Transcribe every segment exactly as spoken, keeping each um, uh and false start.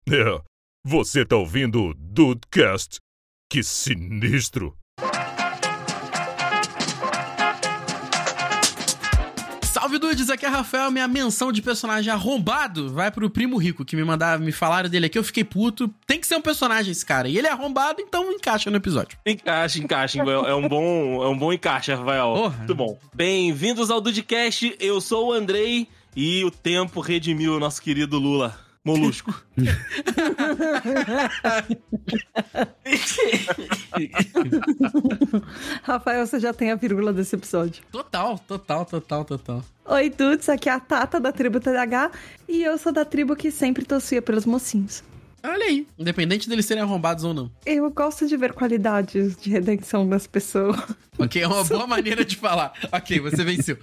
É, você tá ouvindo o Dudecast? Que sinistro! Salve Dudes, aqui é Rafael. Minha menção de personagem arrombado vai pro Primo Rico, que me mandaram, me falaram dele aqui, eu fiquei puto. Tem que ser um personagem esse cara. E ele é arrombado, então encaixa no episódio. Encaixa, encaixa. É um bom, é um bom encaixe, Rafael. Porra. Muito bom. Bem-vindos ao Dudecast, eu sou o Andrei e o tempo redimiu o nosso querido Lula. Molusco. Rafael, você já tem a vírgula desse episódio. Total, total, total, total. Oi, dudes, aqui é a Tata da tribo T D A H e eu sou da tribo que sempre torcia pelos mocinhos. Olha aí, independente deles serem arrombados ou não. Eu gosto de ver qualidades de redenção das pessoas. Ok, é uma boa maneira de falar. Ok, você venceu.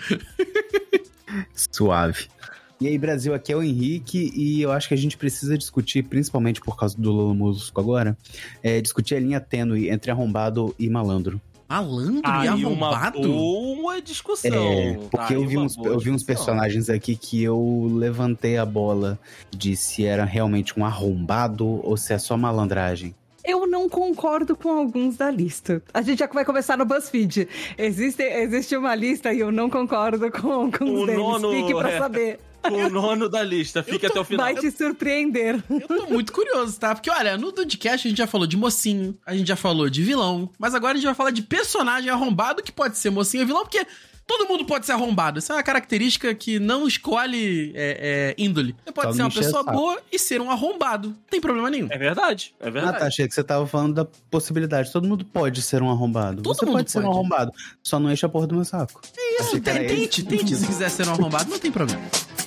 Suave. E aí, Brasil, aqui é o Henrique e eu acho que a gente precisa discutir, principalmente por causa do Lula Molusco agora, é, discutir a linha tênue entre arrombado e malandro. Malandro ah, e arrombado? Uma boa discussão. É, porque tá, eu, vi uns, eu vi uns personagens aqui que eu levantei a bola de se era realmente um arrombado ou se é só malandragem. Eu não concordo com alguns da lista. A gente já vai começar no BuzzFeed. Existe, existe uma lista e eu não concordo com alguns o deles. Nono, Fique pra é, saber. O nono da lista, fica até o final. Vai te surpreender. Eu tô muito curioso, tá? Porque, olha, no Dudecast a gente já falou de mocinho, a gente já falou de vilão, mas agora a gente vai falar de personagem arrombado que pode ser mocinho ou vilão, porque todo mundo pode ser arrombado. Essa é uma característica que não escolhe é, é, índole. Você pode Só ser uma mexer pessoa saco. boa e ser um arrombado. Não tem problema nenhum. É verdade, é verdade. Ah, tá, achei que você tava falando da possibilidade. Todo mundo pode ser um arrombado. Todo você mundo pode ser pode. um arrombado, só não enche a porra do meu saco. É isso, Achei que era tente, esse. tente. Se quiser ser um arrombado, não tem problema.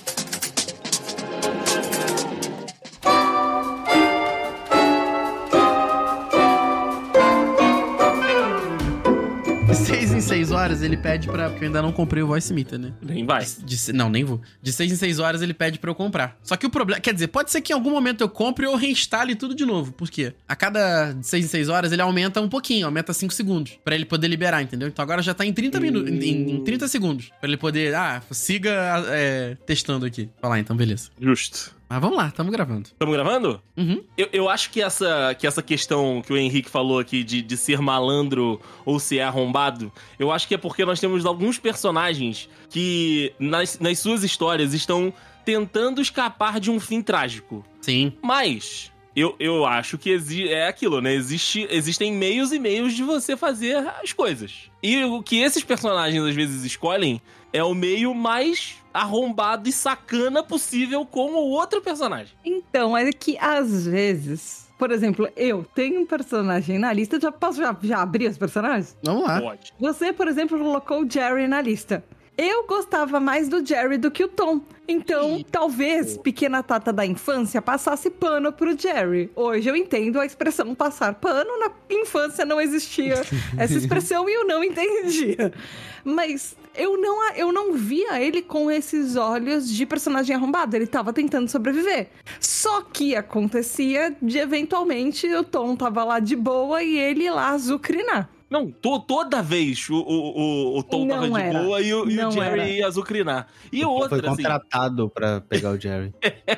Seis em seis horas ele pede pra... Porque eu ainda não comprei o Voice Meter, né? Nem vai. De, de, não, nem vou. De seis em seis horas ele pede pra eu comprar. Só que o problema... Quer dizer, pode ser que em algum momento eu compre e eu reinstale tudo de novo. Por quê? A cada seis em seis horas ele aumenta um pouquinho. Aumenta cinco segundos. Pra ele poder liberar, entendeu? Então agora já tá em trinta minutos. Em, em trinta segundos. Pra ele poder... Ah, siga é, testando aqui. Falar então, beleza. Justo. Mas vamos lá, tamo gravando. Estamos gravando? Uhum. Eu, eu acho que essa, que essa questão que o Henrique falou aqui de, de ser malandro ou ser arrombado, eu acho que é porque nós temos alguns personagens que nas, nas suas histórias estão tentando escapar de um fim trágico. Sim. Mas eu, eu acho que exi- é aquilo, né? Existe, existem meios e meios de você fazer as coisas. E o que esses personagens às vezes escolhem é o meio mais arrombado e sacana possível com o outro personagem. Então, é que às vezes... Por exemplo, eu tenho um personagem na lista. Já posso já, já abrir os personagens? Vamos lá. Pode. Você, por exemplo, colocou o Jerry na lista. Eu gostava mais do Jerry do que o Tom. Então, talvez pequena Tata da infância passasse pano pro Jerry. Hoje eu entendo a expressão passar pano. Na infância não existia essa expressão e eu não entendia. Mas eu não, eu não via ele com esses olhos de personagem arrombado. Ele tava tentando sobreviver. Só que acontecia de, eventualmente, o Tom tava lá de boa e ele lá azucrinar. Não, to, toda vez o, o, o, o Tom Não tava de era. boa e o, e o Não Jerry era. ia azucrinar. E Foi outra, assim... contratado pra pegar o Jerry.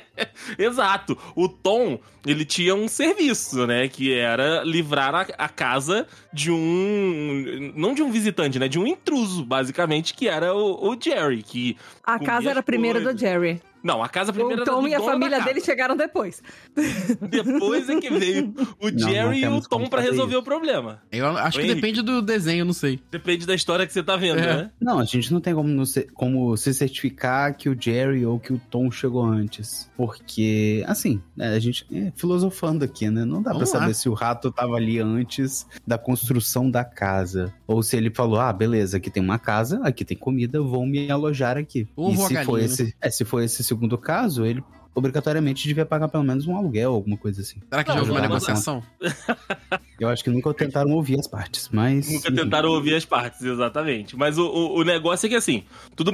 Exato. O Tom, ele tinha um serviço, né? Que era livrar a, a casa de um... Não de um visitante, né? De um intruso, basicamente, que era o, o Jerry, que... A comia casa era as primeiro coisas. do Jerry. Não, a casa primeiro O era do Tom e a dono da família casa. dele chegaram depois. Depois é que veio o Não, Jerry não e o temos Tom como pra fazer resolver isso. o problema. Eu acho Oi, que Henrique. depende do desenho, não sei. Depende da história que você tá vendo, É. né? Não, a gente não tem como, no se- como se certificar que o Jerry ou que o Tom chegou antes. Porque, assim, né, a gente é filosofando aqui, né? Não dá Vamos pra lá. saber se o rato tava ali antes da construção da casa. Ou se ele falou, ah, beleza, aqui tem uma casa, aqui tem comida, vou me alojar aqui. Ovo e ou a se galinha, for né? esse, é, se for esse segundo caso, ele obrigatoriamente devia pagar pelo menos um aluguel, alguma coisa assim. Será que Não, já houve uma não, negociação? Eu acho que nunca tentaram ouvir as partes, mas... Nunca enfim. tentaram ouvir as partes, exatamente. Mas o, o, o negócio é que, assim, tudo bem.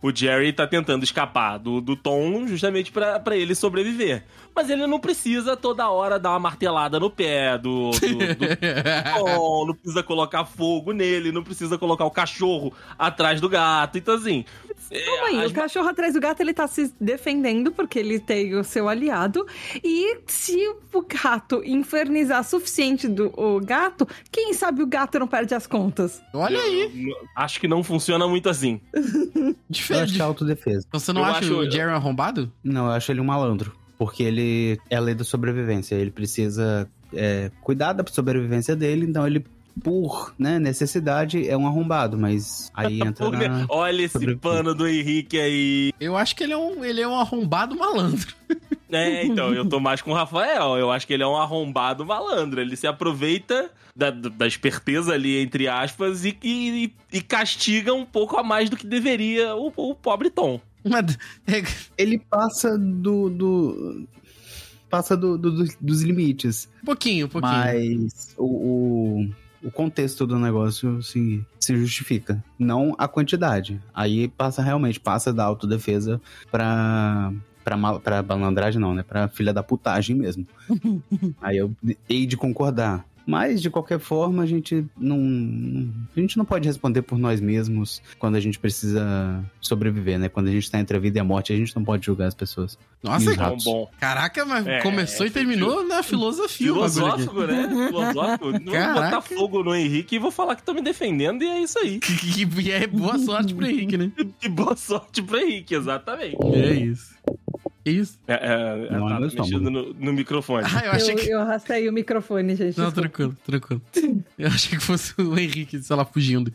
o Jerry tá tentando escapar do, do Tom justamente pra, pra ele sobreviver. Mas ele não precisa toda hora dar uma martelada no pé do, do, do Tom, não precisa colocar fogo nele, não precisa colocar o cachorro atrás do gato. Então, assim... Calma aí, as... o cachorro atrás do gato, ele tá se defendendo porque ele tem o seu aliado. E se o gato infernizar suficiente do o gato, quem sabe o gato não perde as contas? Olha aí. Eu, acho que não funciona muito assim. Eu Diferente. acho que é autodefesa. Então você não Eu acha acho- o Jerry arrombado? Não, eu acho ele um malandro. Porque ele é a lei da sobrevivência. Ele precisa é, cuidar da sobrevivência dele, então ele, por né, necessidade, é um arrombado. Mas aí entra na... Olha esse sobre- pano do Henrique aí. Eu acho que ele é um, ele é um arrombado malandro. É, então, eu tô mais com o Rafael. Eu acho que ele é um arrombado malandro. Ele se aproveita da, da esperteza ali, entre aspas, e, e, e castiga um pouco a mais do que deveria o, o pobre Tom. Mas, é, Ele passa do... do... Passa do, do- do- dos limites. um pouquinho, um pouquinho. Mas o, o, o contexto do negócio, assim, se justifica. Não a quantidade. Aí passa realmente, passa da autodefesa pra... Pra, mal- pra malandragem não, né? Pra filha da putagem mesmo. Aí eu hei de concordar. Mas, de qualquer forma, a gente não, não- a gente não pode responder por nós mesmos quando a gente precisa sobreviver, né? Quando a gente tá entre a vida e a morte, a gente não pode julgar as pessoas. Nossa, E os Então, ratos. bom. caraca, mas É, começou é, e terminou na filosofia. o bagulho aqui. Filosófico, né? Filosófico. Não vou Caraca. botar fogo no Henrique e vou falar que tô me defendendo e é isso aí. E é boa sorte pro Henrique, né? E boa sorte pro Henrique, exatamente. É isso. É isso. É, é, Não é tá meu mexendo estômago. no, no microfone. Ah, eu Eu, achei que... eu arrastei o microfone, gente. Não, desculpa. tranquilo, tranquilo. Eu achei que fosse o Henrique, sei lá, fugindo.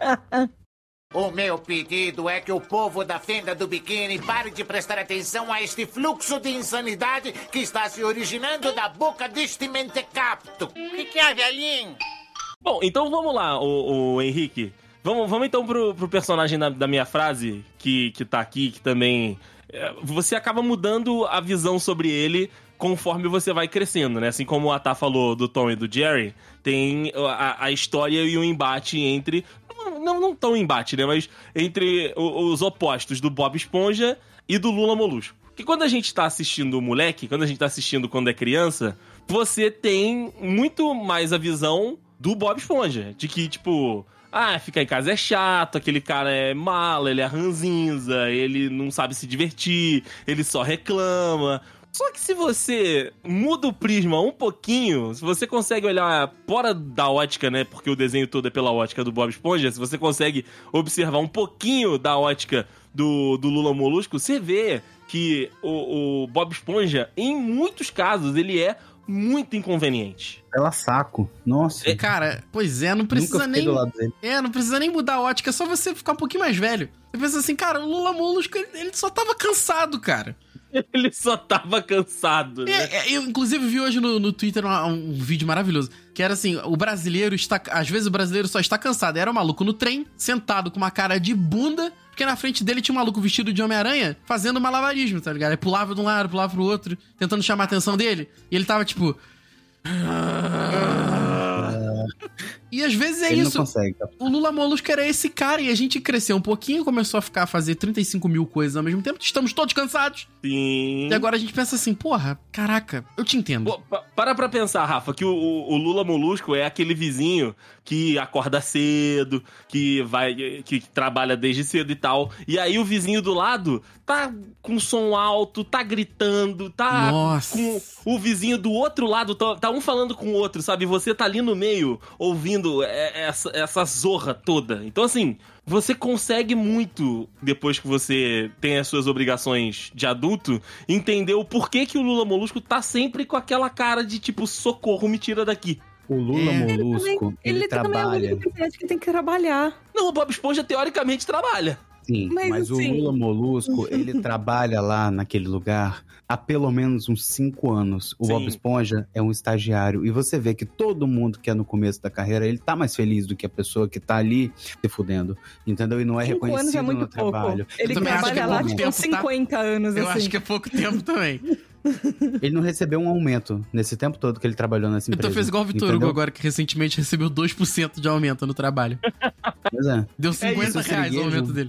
O meu pedido é que o povo da fenda do biquíni pare de prestar atenção a este fluxo de insanidade que está se originando da boca deste mentecapto. O que, que é, velhinho? Bom, então vamos lá, o, o Henrique. Vamos, vamos então pro, pro personagem da, da minha frase, que, que tá aqui, que também... é, você acaba mudando a visão sobre ele conforme você vai crescendo, né? Assim como a Tá falou do Tom e do Jerry, tem a, a história e o embate entre... Não, não tão embate, né? Mas entre o- os opostos do Bob Esponja e do Lula Molusco. Porque quando a gente tá assistindo o moleque, quando a gente tá assistindo quando é criança, você tem muito mais a visão do Bob Esponja. De que, tipo... Ah, ficar em casa é chato, aquele cara é mala, ele é ranzinza, ele não sabe se divertir, ele só reclama. Só que se você muda o prisma um pouquinho, se você consegue olhar fora da ótica, né? Porque o desenho todo é pela ótica do Bob Esponja, se você consegue observar um pouquinho da ótica do, do Lula Molusco, você vê que o, o Bob Esponja, em muitos casos, ele é muito inconveniente. Ela saco. Nossa. É, cara, pois é, não precisa Nunca fiquei nem... do lado dele. É, não precisa nem mudar a ótica, é só você ficar um pouquinho mais velho. Você pensa assim, cara, o Lula Molusco, ele, ele só tava cansado, cara. Ele só tava cansado, né? É, é, eu, inclusive, vi hoje no, no Twitter um, um vídeo maravilhoso. Que era assim, o brasileiro está... Às vezes o brasileiro só está cansado. Era um maluco no trem, sentado com uma cara de bunda, porque na frente dele tinha um maluco vestido de Homem-Aranha, fazendo malabarismo, tá ligado? Ele pulava de um lado, pulava pro outro, tentando chamar a atenção dele. E ele tava, tipo... E às vezes é Ele isso. não consegue. Tá? O Lula Molusco era esse cara e a gente cresceu um pouquinho, começou a ficar a fazer trinta e cinco mil coisas ao mesmo tempo. Estamos todos cansados. Sim. E agora a gente pensa assim, porra, caraca, eu te entendo. Pô, pa- para pra pensar, Rafa, que o, o- o Lula Molusco é aquele vizinho que acorda cedo, que vai, que trabalha desde cedo e tal. E aí o vizinho do lado tá com som alto, tá gritando, tá Nossa. com o vizinho do outro lado, tá, tá um falando com o outro, sabe? Você tá ali no meio, ouvindo é- essa, essa zorra toda. Então, assim, você consegue muito, depois que você tem as suas obrigações de adulto, entender o porquê que o Lula Molusco tá sempre com aquela cara de tipo, socorro, me tira daqui. O Lula É. Molusco, ele, Ele também é o trabalha. único que tem que trabalhar. Não, o Bob Esponja teoricamente trabalha. Sim, Mas, mas, assim- o Lula Molusco, ele trabalha lá naquele lugar há pelo menos uns cinco anos. O Sim. Bob Esponja é um estagiário. E você vê que todo mundo que é no começo da carreira, ele tá mais feliz do que a pessoa que tá ali se fudendo. Entendeu? E não é Cinco anos reconhecido é muito no pouco. trabalho. Ele Eu também acho que trabalha é lá pouco tipo uns tempo, tá? cinquenta anos, Eu assim. acho que é pouco tempo também. Ele não recebeu um aumento nesse tempo todo que ele trabalhou nessa empresa. Então fez igual o Vitor entendeu? Hugo agora, que recentemente recebeu dois por cento de aumento no trabalho. Pois é. Deu cinquenta isso, reais o siriguejo. aumento dele.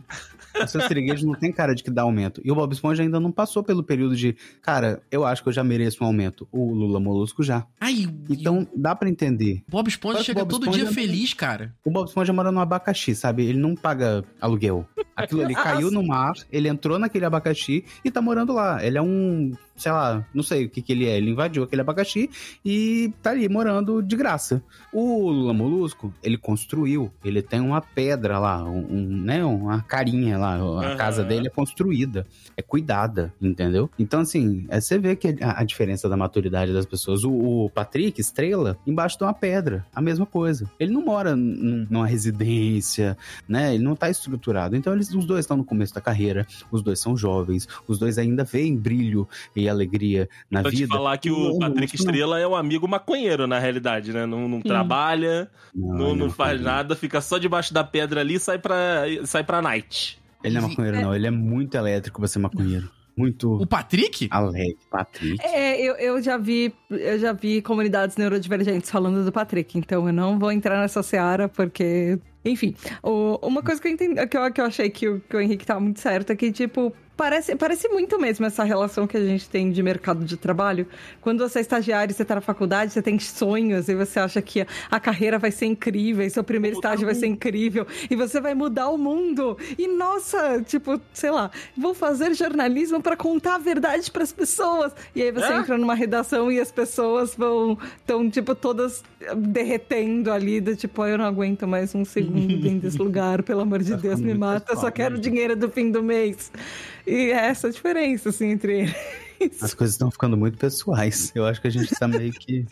O seu siriguejo não tem cara de que dá aumento. E o Bob Esponja ainda não passou pelo período de, cara, eu acho que eu já mereço um aumento. O Lula Molusco já. Ai, Então, dá pra entender. Bob Esponja Só que chega Bob todo Esponja dia não- feliz, cara. O Bob Esponja mora no abacaxi, sabe? Ele não paga aluguel. Aquilo ali caiu no mar, ele entrou naquele abacaxi e tá morando lá. Ele é um, sei lá, não sei o que que ele é. Ele invadiu aquele abacaxi e tá ali morando de graça. O Lula Molusco, ele construiu. Ele tem uma pedra lá, um, um, né, uma carinha lá. A Aham. casa dele é construída, é cuidada, entendeu? Então, assim, é, você vê que a, a diferença da maturidade das pessoas. O, o Patrick, Estrela, embaixo de uma pedra, a mesma coisa. Ele não mora num- numa residência, né? Ele não tá estruturado. Então, eles, os dois estão no começo da carreira, os dois são jovens, os dois ainda veem brilho e alegria na Pra te vida. falar que o Lula Patrick Molusco não. Estrela é um amigo maconheiro, na realidade, né? Não, não trabalha, não, não faz nada, fica só debaixo da pedra ali e sai pra, sai pra night. Ele não é maconheiro, não. Ele é muito elétrico pra ser maconheiro. Muito O Patrick? alegre. Patrick. É, eu, eu já vi, eu já vi comunidades neurodivergentes falando do Patrick, então eu não vou entrar nessa seara, porque... Enfim, o- uma coisa que eu, entendi, que, eu, que eu achei que o, que o Henrique tava muito certo é que, tipo, parece, parece muito mesmo essa relação que a gente tem de mercado de trabalho. Quando você é estagiário e você tá na faculdade, você tem sonhos e você acha que a, a carreira vai ser incrível, e seu primeiro estágio vai ser incrível, e você vai mudar o mundo. E, nossa, tipo, sei lá, vou fazer jornalismo pra contar a verdade pras pessoas. E aí você É? entra numa redação e as pessoas vão, tão, tipo, todas derretendo ali, do tipo, eu não aguento mais um segundo dentro desse lugar, pelo amor de Vai Deus, ficar me muito mata, eu só pessoal, quero né, dinheiro do fim do mês. E é essa a diferença, assim, entre eles. As coisas estão ficando muito pessoais. Eu acho que a gente tá meio que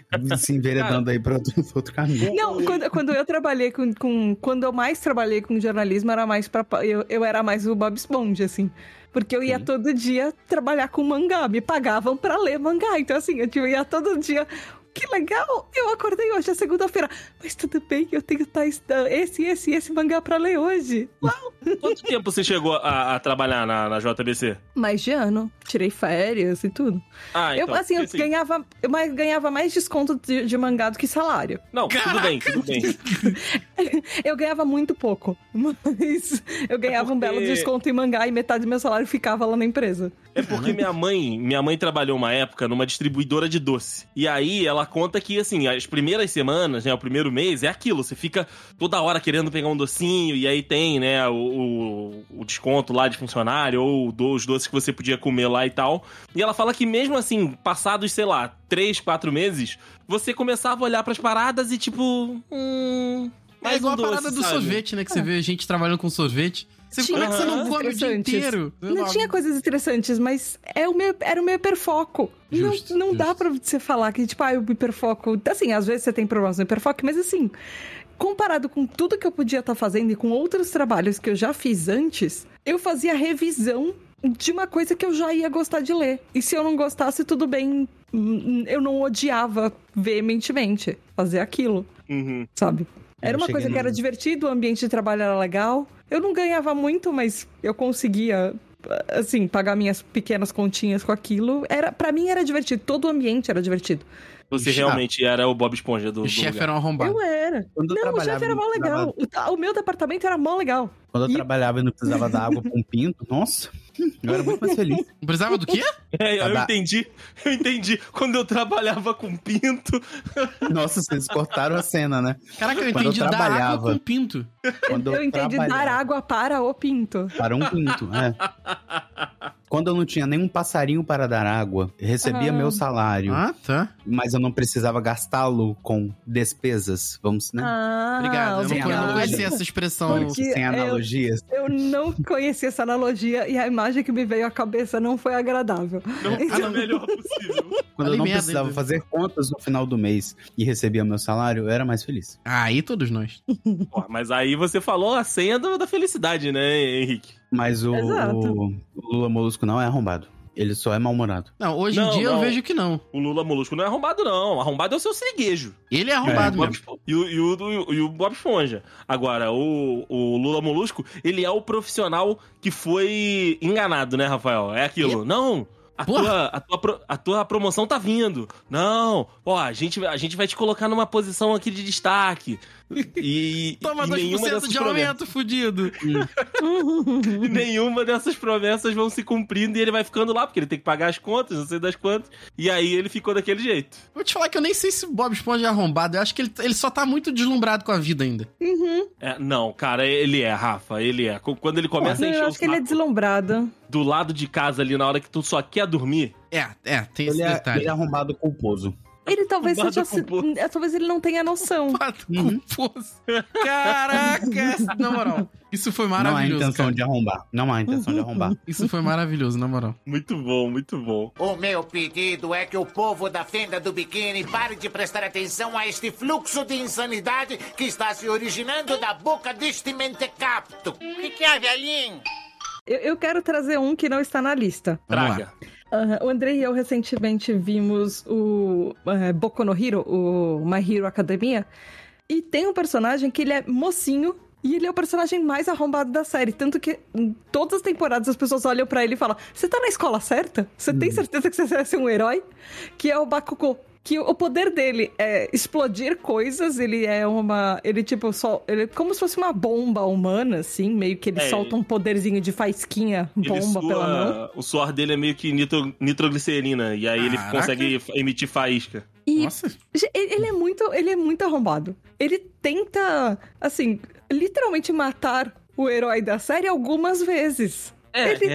se enveredando aí pra outro, outro caminho. Não, quando, quando eu trabalhei com, com... Quando eu mais trabalhei com jornalismo, era mais pra... Eu, eu era mais o Bob Esponja, assim. Porque eu ia Sim. todo dia trabalhar com mangá. Me pagavam pra ler mangá. Então, assim, eu tipo, ia todo dia... Que legal! Eu acordei hoje, é segunda-feira. Mas tudo bem, eu tenho tais, esse, esse e esse mangá pra ler hoje. Uau! Quanto tempo você chegou a, a trabalhar na, na J B C? Mais de ano. Tirei férias e tudo. Ah, então. eu, assim, eu porque, ganhava, eu mais, ganhava mais desconto de, de mangá do que salário. Não, tudo bem, tudo bem. Eu ganhava muito pouco, mas eu ganhava um porque- belo desconto em mangá e metade do meu salário ficava lá na empresa. É porque minha mãe, minha mãe trabalhou uma época numa distribuidora de doce. E aí ela conta que, assim, as primeiras semanas, né, o primeiro mês, é aquilo. Você fica toda hora querendo pegar um docinho, e aí tem, né, o, o, o desconto lá de funcionário, ou do- os doces que você podia comer lá e tal. E ela fala que mesmo assim, passados, sei lá, três, quatro meses, você começava a olhar pras paradas e tipo... Hum, É mais igual um a parada doce, do sabe? sorvete, né? Que você vê gente trabalhando com sorvete. Você, Tinha como é que você não coisas come o dia interessantes. inteiro? Não tinha coisas interessantes, mas é o meu, era o meu hiperfoco. Justo, não não dá justo. pra você falar que, tipo, ah, o hiperfoco... Assim, às vezes você tem problemas no hiperfoco, mas assim... Comparado com tudo que eu podia estar fazendo e com outros trabalhos que eu já fiz antes, eu fazia revisão de uma coisa que eu já ia gostar de ler. E se eu não gostasse, tudo bem. Hum, Eu não odiava veementemente fazer aquilo, Uhum. sabe? Era Eu uma cheguei coisa que no- era divertido, o ambiente de trabalho era legal. Eu não ganhava muito, mas eu conseguia, assim, pagar minhas pequenas continhas com aquilo. Era, pra mim era divertido, todo o ambiente era divertido. Você Chato. realmente era o Bob Esponja do, O do chefe lugar. era um arrombado. Eu era. Quando eu Não, o trabalhava, chefe era não mó precisava- legal. O, ta- o meu departamento era mó legal. Quando eu E- trabalhava e não precisava dar água com um pinto, nossa, eu era muito mais feliz. Não precisava do quê? É, eu Tá- entendi, eu entendi. Quando eu trabalhava com pinto, Nossa, vocês cortaram a cena, né? Caraca, eu Quando eu entendi dar água trabalhava- com pinto. Quando Eu entendi dar trabalhava- água para o pinto. Para um pinto, é. Quando eu não tinha nenhum passarinho para dar água, eu recebia Ah. meu salário, Ah, tá. mas eu não precisava gastá-lo com despesas, vamos, né? Ah, Obrigado. Eu não, sem eu não analogia. conhecia essa expressão. Porque Sem eu- analogias. Eu não conhecia essa analogia e a imagem que me veio à cabeça não foi agradável. não foi Ah, não. o melhor possível. Quando Falei eu não merda precisava ainda. fazer contas no final do mês e recebia meu salário, eu era mais feliz. Aí todos nós. Pô, mas aí você falou a senha do- da felicidade, né, Henrique? Mas o, Exato. o Lula Molusco não é arrombado. Ele só é mal-humorado. Não, hoje Não, em dia eu não. vejo que não. O Lula Molusco não é arrombado, não. Arrombado é o seu siriguejo. Ele é arrombado O Bob mesmo. Espo- E o, e, o, do- e o Bob Esponja. Agora, o, o Lula Molusco, ele é o profissional que foi enganado, né, Rafael? É aquilo. Não, a Porra. tua, a, tua, pro- a tua promoção tá vindo. Não, ó, a gente, a gente vai te colocar numa posição aqui de destaque. E, Toma e dois por nenhuma cento dessas de promessas- aumento, fudido. E nenhuma dessas promessas vão se cumprindo e ele vai ficando lá, porque ele tem que pagar as contas, não sei das quantas. E aí ele ficou daquele jeito. Vou te falar que eu nem sei se o Bob Esponja é arrombado. Eu acho que ele, ele só tá muito deslumbrado com a vida ainda. É, não, cara, ele é, Rafa, ele é. Quando ele começa a encher Eu o acho que ele é saco deslumbrado. do lado de casa ali, na hora que tu só quer dormir, É, é, tem esse Ele é, detalhe. ele é arrombado culposo. Ele talvez Arrombado seja. assim- culposo. é, Talvez ele não tenha noção. Pato culposo. Caraca, na moral. Isso foi Não há maravilhoso, intenção cara. de arrombar. Não há intenção de arrombar. Isso foi maravilhoso, na moral. muito bom, muito bom. O meu pedido é que o povo da fenda do biquíni pare de prestar atenção a este fluxo de insanidade que está se originando da boca deste mentecapto. O que, que é, velhinho? Eu, eu quero trazer um que não está na lista. Vamos lá. Traga. Aham, o Andrei e eu recentemente vimos o uh, Boku no Hero, o My Hero Academia, e tem um personagem que ele é mocinho e ele é o personagem mais arrombado da série. Tanto que em todas as temporadas as pessoas olham pra ele e falam: você tá na escola certa? Você tem certeza que você vai ser um herói? Que é o Bakugou. Que o poder dele é explodir coisas, ele é uma... Ele, tipo, só... Ele é como se fosse uma bomba humana, assim, meio que ele É, solta um poderzinho de faisquinha, Ele bomba sua- pela mão. O suor dele é meio que nitro, nitroglicerina, e aí ele Caraca. consegue f- emitir faísca. E Nossa. Ge- Ele ele é muito, ele é muito arrombado. Ele tenta, assim, literalmente matar o herói da série algumas vezes. É, Ele- é.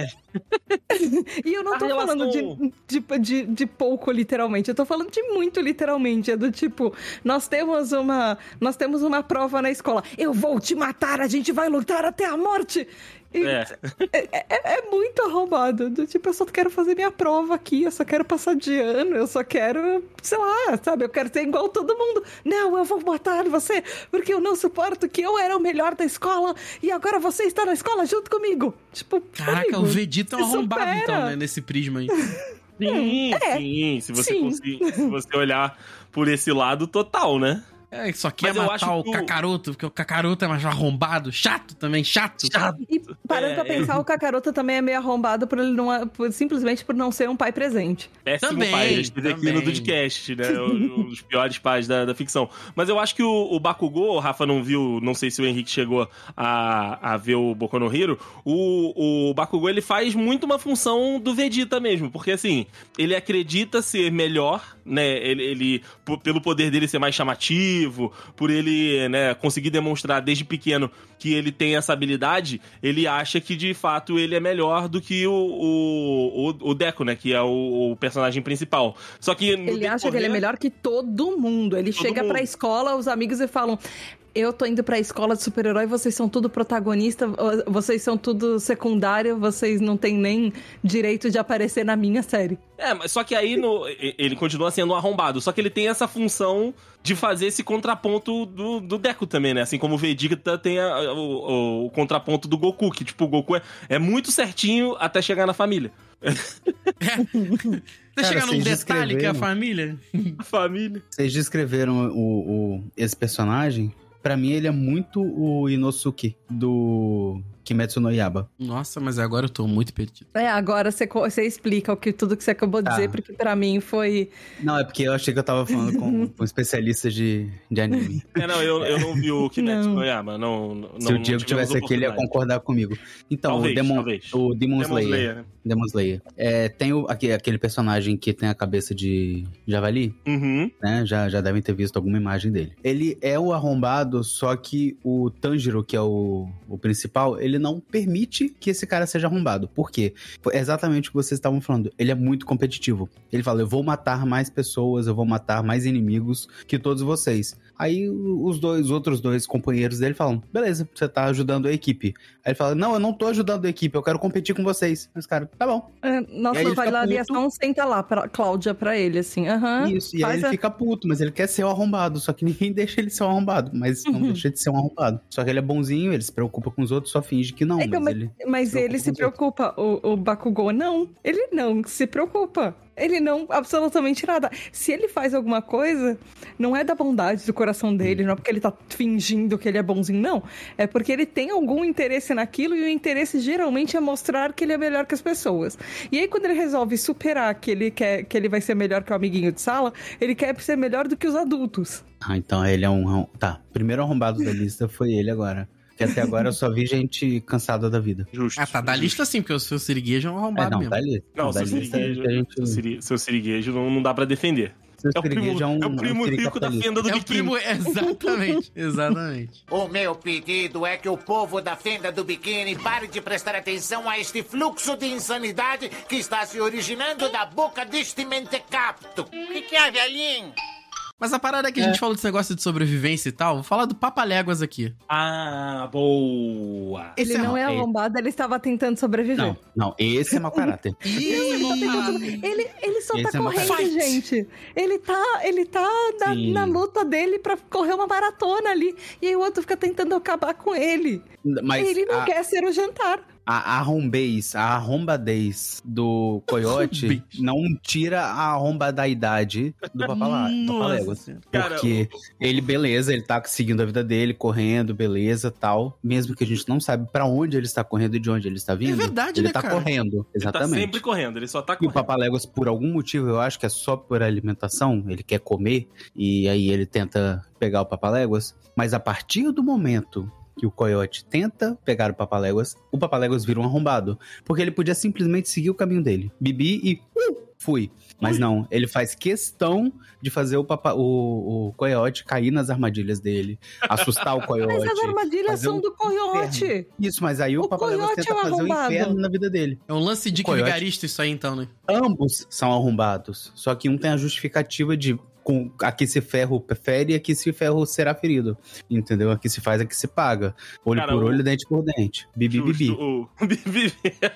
E eu não A tô falando relação- de, de, de, de pouco literalmente, eu tô falando de muito literalmente. É do tipo, nós temos uma, nós temos uma prova na escola. Eu vou te matar, a gente vai lutar até a morte. E É. é, é- é muito arrombado. Do tipo, eu só quero fazer minha prova aqui, eu só quero passar de ano, eu só quero, sei lá, sabe? Eu quero ser igual todo mundo. Não, eu vou matar você, porque eu não suporto que eu era o melhor da escola e agora você está na escola junto comigo. Tipo, Caraca, amigo, o Vegeta é um se arrombado, supera. então, né? Nesse prisma aí. Sim, É, sim. Se você sim. conseguir, se você olhar por esse lado total, né? É, só quer Mas eu matar acho o que o- Kakaroto, porque o Kakaroto é mais arrombado, chato também, chato. E parando É, pra pensar, o Kakaroto também é meio arrombado por ele não, por- simplesmente por não ser um pai presente. Péssimo Também, pai, ele esteve aqui no também. Dudcast, né? Um dos piores pais da, da ficção. Mas eu acho que o, o Bakugou, o Rafa não viu, não sei se o Henrique chegou a, a ver o Boku no Hero, o, o Bakugou, ele faz muito uma função do Vegeta mesmo, porque assim, ele acredita ser melhor, né? Ele, ele p- pelo poder dele ser mais chamativo, por ele, né, conseguir demonstrar desde pequeno que ele tem essa habilidade, ele acha que de fato ele é melhor do que o, o, o, o Deku, né? Que é o, o personagem principal. Só que no Ele acha que ele é decorrer- melhor que todo mundo. Ele Todo chega mundo. pra escola, os amigos e falam: eu tô indo pra escola de super-herói, vocês são tudo protagonista, vocês são tudo secundário, vocês não têm nem direito de aparecer na minha série. É, mas só que aí no, e- ele continua sendo um arrombado. Só que ele tem essa função de fazer esse contraponto do, do Deku também, né? Assim como o Vegeta tem a- o, o- o contraponto do Goku, que tipo, o Goku é, é muito certinho até chegar na família. Até Cara, chegar num vocês detalhe que é a descreveram- família. A família. Vocês descreveram o, o- esse personagem. Pra mim, ele é muito o Inosuke do Kimetsu no Yaiba. Nossa, mas agora eu tô muito perdido. É, agora você, co- você explica o que, tudo que você acabou de Tá. dizer, porque pra mim foi... Não, é porque eu achei que eu tava falando com, com especialistas de, de anime. É, não, eu, eu não vi o Kimetsu Não. no Yaiba. Não, não, Se o não Diego tivemos tivesse aqui, ele ia oportunidade. concordar comigo. Então, Talvez, o Demon, talvez. o Demon, Demon Slayer. Slayer, né? Demon Slayer. É, tem o, aquele, aquele personagem que tem a cabeça de javali, Uhum. né? Já, já devem ter visto alguma imagem dele. Ele é o arrombado, só que o Tanjiro, que é o, o principal, ele não permite que esse cara seja arrombado. Por quê? É exatamente o que vocês estavam falando. Ele é muito competitivo. Ele fala, eu vou matar mais pessoas, eu vou matar mais inimigos que todos vocês. Aí os dois, os outros dois companheiros dele falam, beleza, você tá ajudando a equipe. Aí ele fala, não, eu não tô ajudando a equipe, eu quero competir com vocês. Aí os caras, tá bom. É, E nossa, aí ele vai fica lá, puto. liação, senta lá, pra Cláudia, pra ele, assim, aham. Isso, e aí faz ele a- fica puto, mas ele quer ser o arrombado, só que ninguém deixa ele ser um arrombado, mas não Uhum. deixa de ser um arrombado. Só que ele é bonzinho, ele se preocupa com os outros, só fim finge que não, Então, mas, mas ele... mas preocupa ele se com os outros. preocupa. O, o Bakugou não. Ele não se preocupa. Ele não, absolutamente nada. Se ele faz alguma coisa, não é da bondade do coração dele, não é porque ele tá fingindo que ele é bonzinho, não. É porque ele tem algum interesse naquilo e o interesse geralmente é mostrar que ele é melhor que as pessoas. E aí, quando ele resolve superar que ele quer, que ele vai ser melhor que o amiguinho de sala, ele quer ser melhor do que os adultos. Ah, então ele é um... Tá, primeiro arrombado da lista foi ele agora. Que até agora eu só vi gente cansada da vida. Justo. Ah, tá da justo. lista sim, porque o seu siriguejo é um É, arrombado não, mesmo. da lista. Não, da seu lista siriguejo, que a gente... seu, siri, seu siriguejo não, não dá pra defender. Seu É o primo, siriguejo é um- é o primo um rico da siricapitalista. fenda do É o biquíni. primo, exatamente, exatamente. O meu pedido é que o povo da fenda do biquíni pare de prestar atenção a este fluxo de insanidade que está se originando da boca deste mentecapto. O que, que é, velhinho? Mas a parada é que a gente falou desse negócio de sobrevivência e tal, vou falar do Papaléguas aqui. Ah, boa. Ele Esse não é é- arrombado, ele estava tentando sobreviver. Não, não, esse é mau caráter. Ih, Ele, ele só Esse tá é uma correndo, fight. gente. Ele tá, ele tá na, Sim. na luta dele pra correr uma maratona ali. E aí o outro fica tentando acabar com ele. Mas ele não a, quer ser o jantar. a arrombez, a arrombadez do coiote Arrombez. não tira a arrombadaidade do papalá- papaléguas. Senhora. Cara, Porque ele, beleza, ele tá seguindo a vida dele, correndo, beleza, tal. Mesmo que a gente não sabe pra onde ele está correndo e de onde ele está vindo. verdade, ele né, tá cara? correndo, Ele tá exatamente. sempre correndo, ele só tá E o correndo. Papaléguas, por algum motivo, eu acho que é só por alimentação, ele quer comer, e aí ele tenta pegar o Papaléguas, mas a partir do momento que o coiote tenta pegar o Papaléguas, o Papaléguas vira um arrombado, porque ele podia simplesmente seguir o caminho dele, bebi e uh, fui. Mas não, ele faz questão de fazer o, papa, o, o coiote cair nas armadilhas dele, assustar o coiote. Mas as armadilhas fazer são um do coiote. Isso, mas aí o, O Papaléguas coiote tenta é um fazer o arrombado. inferno na vida dele. É um lance de que Coiote. vigarista isso aí então, né? Ambos são arrombados. Só que um tem a justificativa de com, aqui se ferro fere e aqui se ferro será ferido. Entendeu? Aqui se faz, aqui se paga. Olho Cara, por o- olho, dente por dente. Bibi, Justo, bibi. O, Bibi.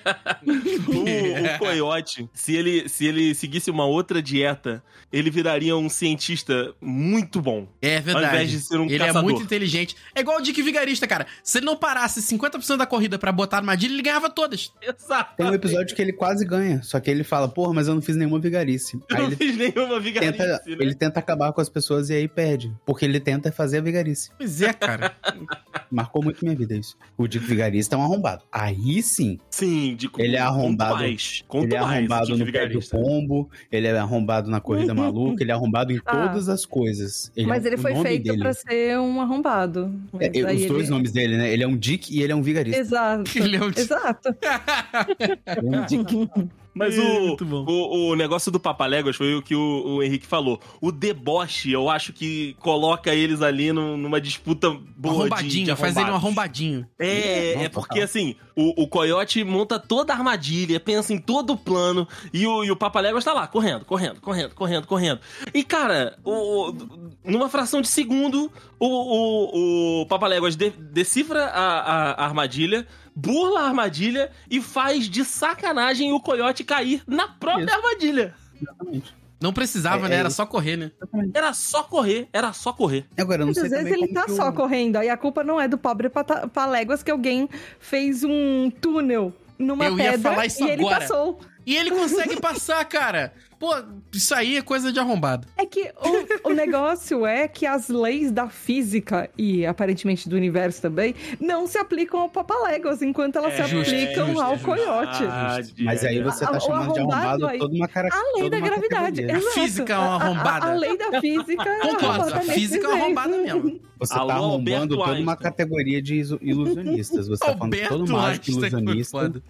o, o coiote, se ele, se ele seguisse uma outra dieta, ele viraria um cientista muito bom. É verdade. Ao invés de ser um ele caçador. é muito inteligente. É igual o Dick Vigarista, cara. Se ele não parasse cinquenta por cento da corrida pra botar armadilha, ele ganhava todas. Exato. Tem um episódio que ele quase ganha. Só que ele fala, porra, mas eu não fiz nenhuma vigarice. Eu Aí não ele fiz nenhuma vigarice, tenta, né? ele tenta acabar com as pessoas e aí perde. Porque ele tenta fazer a vigarice. Pois é, cara. Marcou muito minha vida isso. O Dick Vigarista é um arrombado. Aí sim, Sim, de Ele é arrombado. Conto mais. Conto ele é mais, arrombado Dick no pé do Vigarista. pombo, ele é arrombado na corrida maluca, ele é arrombado em Ah. todas as coisas. Ele Mas é- ele o foi nome feito dele- pra ser um arrombado. É, Mas é, aí os dois ele- nomes dele, né? Ele é um Dick e ele é um vigarista. Exato. Ele é um- Exato. Ele é um Dick. Mas É, o, muito bom. o, o negócio do Papaléguas foi o que o, o Henrique falou. O deboche, eu acho que coloca eles ali num- numa disputa boa Arrombadinho, de, de faz ele um arrombados. arrombadinho. É, Não, é total. porque assim, o, o Coyote monta toda a armadilha, pensa em todo o plano, e o, e o Papaléguas tá lá, correndo, correndo, correndo, correndo, correndo. E, cara, o, o- numa fração de segundo, o, o, o Papaléguas de, decifra a, a, a armadilha, burla a armadilha e faz de sacanagem o Coyote cair na própria Isso. armadilha. Exatamente. Não precisava, É, né? é Era isso. só correr, né? Era só correr, era só correr. Agora, eu não Mas sei às vezes também ele como tá que o- só correndo. Aí a culpa não é do pobre pata- Paléguas que alguém fez um túnel numa Eu ia pedra falar isso e ele agora. passou. E ele consegue passar, cara. Pô, isso aí é coisa de arrombado. É que o, o negócio é que as leis da física e aparentemente do universo também não se aplicam ao Papaléguas, enquanto elas É se justo, aplicam justo, ao justo. coiote. Mas aí você A- tá o chamando de arrombado arrombado aí- toda uma cara... A lei toda da uma gravidade. categoria. Exato. física é uma A- a- arrombada. A, a lei da física é Concordo, a arrombada física é nesse arrombada jeito. mesmo. Você Alô, tá arrombando Alberto toda uma Einstein. categoria de iso- ilusionistas. Você tá falando que todo Alberto mágico Einstein foi ilusionista foda.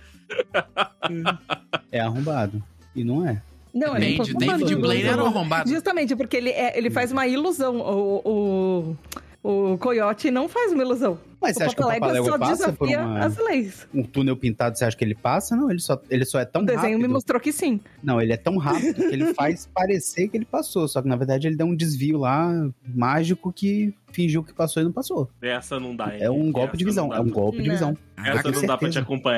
é arrombado. E não é. Não, eu não tô David, falando David de Blaine ilusão. era um arrombado. Justamente, porque ele, é- ele faz uma ilusão. O, o, o coiote não faz uma ilusão. Mas você o acha que o Papaléguas Papaléguas só passa por desafia uma- as leis. Um túnel pintado, você acha que ele passa? Não, ele só, ele só é tão O desenho me rápido. mostrou que sim. Não, ele é tão rápido que ele faz parecer que ele passou. Só que na verdade ele deu um desvio lá mágico que fingiu que passou e não passou. Essa não dá, hein? É um golpe de Essa visão. não É dá um pra- golpe de Não. visão. Essa Com não dá pra te certeza. acompanhar.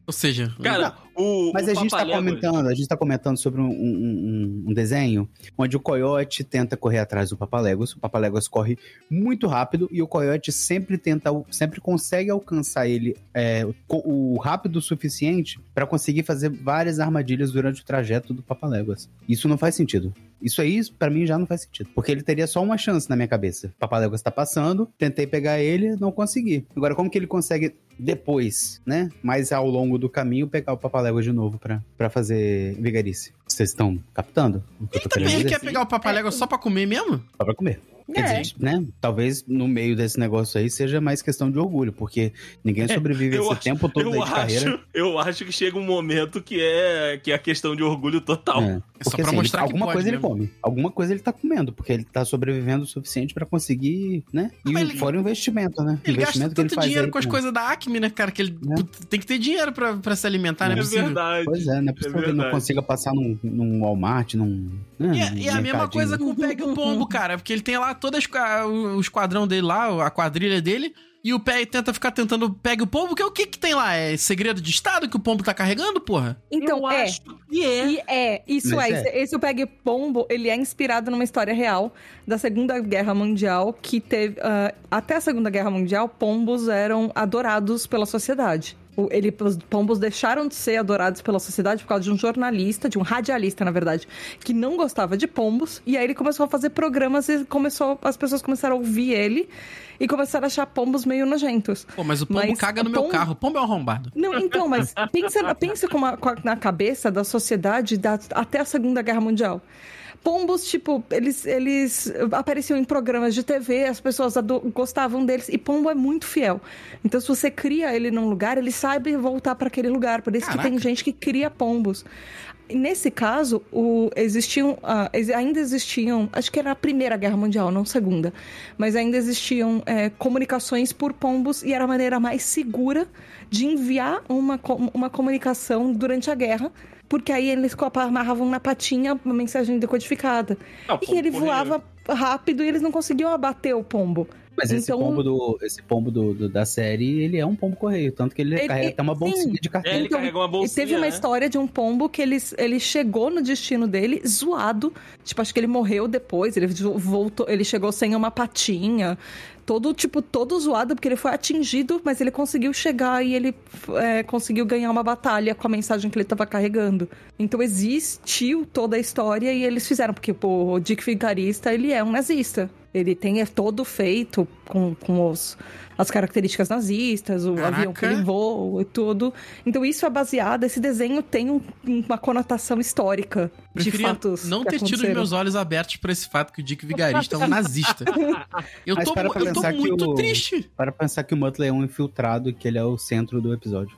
Ou seja, Cara, o. Mas o a gente tá Papaléguas- comentando, a gente tá comentando sobre um, um- um- um desenho onde o coiote tenta correr atrás do Papaléguas, o Papaléguas corre muito rápido e o coiote sempre tenta, sempre consegue alcançar ele é, o, o rápido o suficiente pra conseguir fazer várias armadilhas durante o trajeto do Papaléguas. Isso não faz sentido. Isso aí, pra mim, já não faz sentido. Porque ele teria só uma chance na minha cabeça. O Papaléguas tá passando, tentei pegar ele, não consegui. Agora, como que ele consegue depois, né? Mais ao longo do caminho, pegar o Papaléguas de novo pra, pra fazer vigarice? Vocês estão captando? O que eu ele tô também querendo ele dizer? quer pegar o papalégua só pra comer mesmo? Só pra comer. Quer É. dizer, né? Talvez no meio desse negócio aí seja mais questão de orgulho, porque ninguém sobrevive eu esse acho- tempo todo Eu aí de carreira. acho, eu acho que chega um momento que é, que é a questão de orgulho total. É. É só Porque, pra assim, mostrar ele- que alguma pode coisa ele mesmo. come. Alguma coisa ele tá comendo, porque ele tá sobrevivendo o suficiente pra conseguir, né? E Mas ele- fora o investimento, né? Ele gasta investimento que ele tanto faz dinheiro aí, com as pô. coisas da Acme, né, cara? Que ele É. puta, tem que ter dinheiro pra, pra se alimentar, não é É possível. verdade. Pois é, não é possível que ele não verdade. consiga passar num, num Walmart, num. Né, E, é- num e é a mesma mercadinho. coisa com o Peg e o Pombo, cara. Porque ele tem lá todo as- a- o esquadrão dele lá, a quadrilha dele. E o Peg tenta ficar tentando Peg o Pombo. Que, o que que tem lá? É segredo de estado que o Pombo tá carregando, porra? Então, eu é. acho que é. E é, isso Mas é. é. Esse, esse o Peg Pombo, ele é inspirado numa história real da Segunda Guerra Mundial, que teve... ah, até a Segunda Guerra Mundial, pombos eram adorados pela sociedade. O- Ele, os pombos deixaram de ser adorados pela sociedade por causa de um jornalista, de um radialista, na verdade, que não gostava de pombos. E aí ele começou a fazer programas e começou, as pessoas começaram a ouvir ele e começaram a achar pombos meio nojentos. Pô, mas o Pombo Mas caga no o meu pombo- carro. O Pombo é um arrombado. Não, então, mas pensa, pensa com a- com a- na cabeça da sociedade da- até a Segunda Guerra Mundial. Pombos, tipo, eles, eles apareciam em programas de T V, as pessoas ado- gostavam deles, e pombo é muito fiel. Então, se você cria ele num lugar, ele sabe voltar para aquele lugar. Por isso Caraca. que tem gente que cria pombos. E nesse caso, o, existiam, ah, ex- ainda existiam, acho que era a Primeira Guerra Mundial, não a Segunda, mas ainda existiam é, comunicações por pombos e era a maneira mais segura de enviar uma, co- uma comunicação durante a guerra, porque aí eles co- amarravam na patinha uma mensagem decodificada. Ah, o E pombo ele corria. voava rápido e eles não conseguiam abater o pombo. Mas esse Então- pombo, do, esse pombo do, do- da série, ele é um pombo correio. Tanto que ele, Ele- carrega até uma sim. bolsinha de É, cartão. ele carregou uma E bolsinha, teve uma né? história de um pombo que ele, ele chegou no destino dele zoado. Tipo, acho que ele morreu depois. Ele voltou, ele chegou sem uma patinha. Todo, tipo, todo zoado, porque ele foi atingido, mas ele conseguiu chegar e ele é, conseguiu ganhar uma batalha com a mensagem que ele estava carregando. Então existiu toda a história e eles fizeram, porque pô, o Dick Vigarista, ele é um nazista. Ele tem é todo feito com, com os, as características nazistas, o Caraca. avião que ele voa e tudo. Então isso é baseado, esse desenho tem um- uma conotação histórica de Preferia fatos não que ter tido os aconteceram. meus olhos abertos pra esse fato que o Dick Vigarista é um nazista. Eu Mas tô, para pra eu tô pensar que muito o- triste. Para pensar que o Muttley é um infiltrado e que ele é o centro do episódio.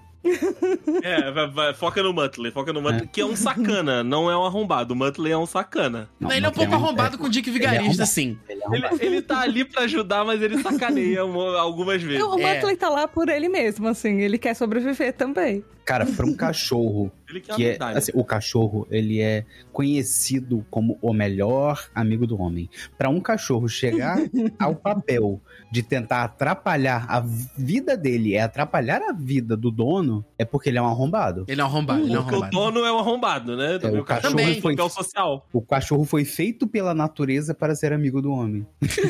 É, vai, vai, foca no Muttley, foca no Muttley, que é um sacana, não é um arrombado. O Muttley é um sacana. Não, ele é um Muttley pouco um- arrombado com o Dick ele é Vigarista, arrombado. assim. Ele é Ele, arrombado. ele tá ali pra ajudar, mas ele sacaneia uma- algumas vezes. O É. Muttley tá lá por ele mesmo, assim, ele quer sobreviver também. Cara, pra um cachorro Ele quer que é, amizade. assim, o cachorro, ele é conhecido como o melhor amigo do homem. Pra um cachorro chegar ao papel de tentar atrapalhar a vida dele, é atrapalhar a vida do dono, é porque ele é um arrombado. Ele é um arrombado, ele é um Porque o arrombado. dono é um arrombado, né? É, o o cachorro cachorro tem foi- papel social. O cachorro foi feito pela natureza para ser amigo do homem.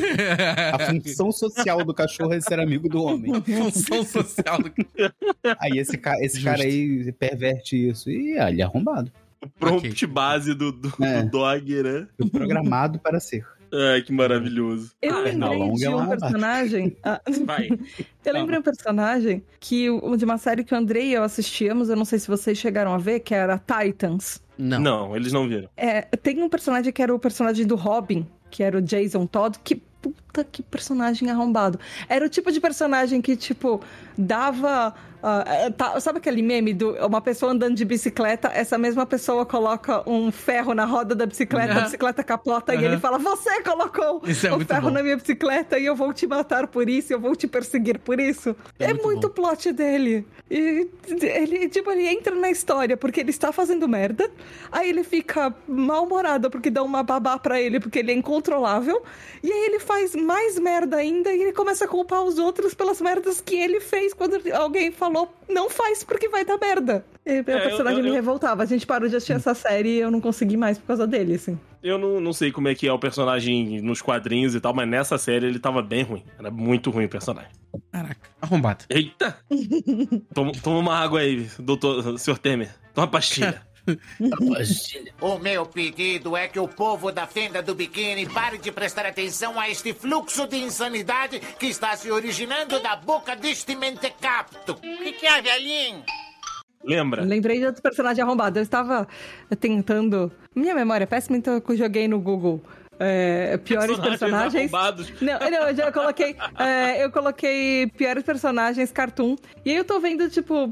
A função social do cachorro é ser amigo do homem. Função social do... Aí esse, ca- esse Justo. cara aí perverte isso. E ah, ele é arrombado. O prompt Ok. base do, do, É. do dog, né? Foi programado para ser. Ai, que maravilhoso. Eu Ah, perna lembrei longa de é um uma personagem. Ah, vai. eu lembrei um personagem que o- de uma série que o Andrei e eu assistíamos, eu não sei se vocês chegaram a ver, que era Titans. Não. Não, eles não viram. É, tem um personagem que era o personagem do Robin, que era o Jason Todd, que puta que personagem arrombado. Era o tipo de personagem que, tipo, dava... ah, é, tá- sabe aquele meme do uma pessoa andando de bicicleta, essa mesma pessoa coloca um ferro na roda da bicicleta, Uhum. a bicicleta capota Uhum. e ele fala, você colocou Isso é o muito ferro bom. na minha bicicleta e eu vou te matar por isso, eu vou te perseguir por isso. É É, muito muito bom. plot dele. E ele, tipo, ele entra na história porque ele está fazendo merda, aí ele fica mal-humorado porque dá uma babá pra ele porque ele é incontrolável, e aí ele faz mais merda ainda e ele começa a culpar os outros pelas merdas que ele fez quando alguém falou falou, não faz porque vai dar merda. E o personagem eu, eu, me eu... revoltava. A gente parou de assistir essa série e eu não consegui mais por causa dele, assim. Eu não, não sei como é que é o personagem nos quadrinhos e tal, mas nessa série ele tava bem ruim. Era muito ruim o personagem. Caraca, arrombado. Eita! toma, toma uma água aí, doutor, senhor Temer. Toma uma pastilha. O meu pedido é que o povo da fenda do biquíni pare de prestar atenção a este fluxo de insanidade que está se originando da boca deste mentecapto. O que, que é, velhinho? Lembra? Lembrei de outro personagem arrombado. Eu estava tentando... Minha memória é péssima, então eu joguei no Google... É, piores personagens. personagens Não, não, eu já coloquei. É, eu coloquei piores personagens cartoon. E aí eu tô vendo, tipo,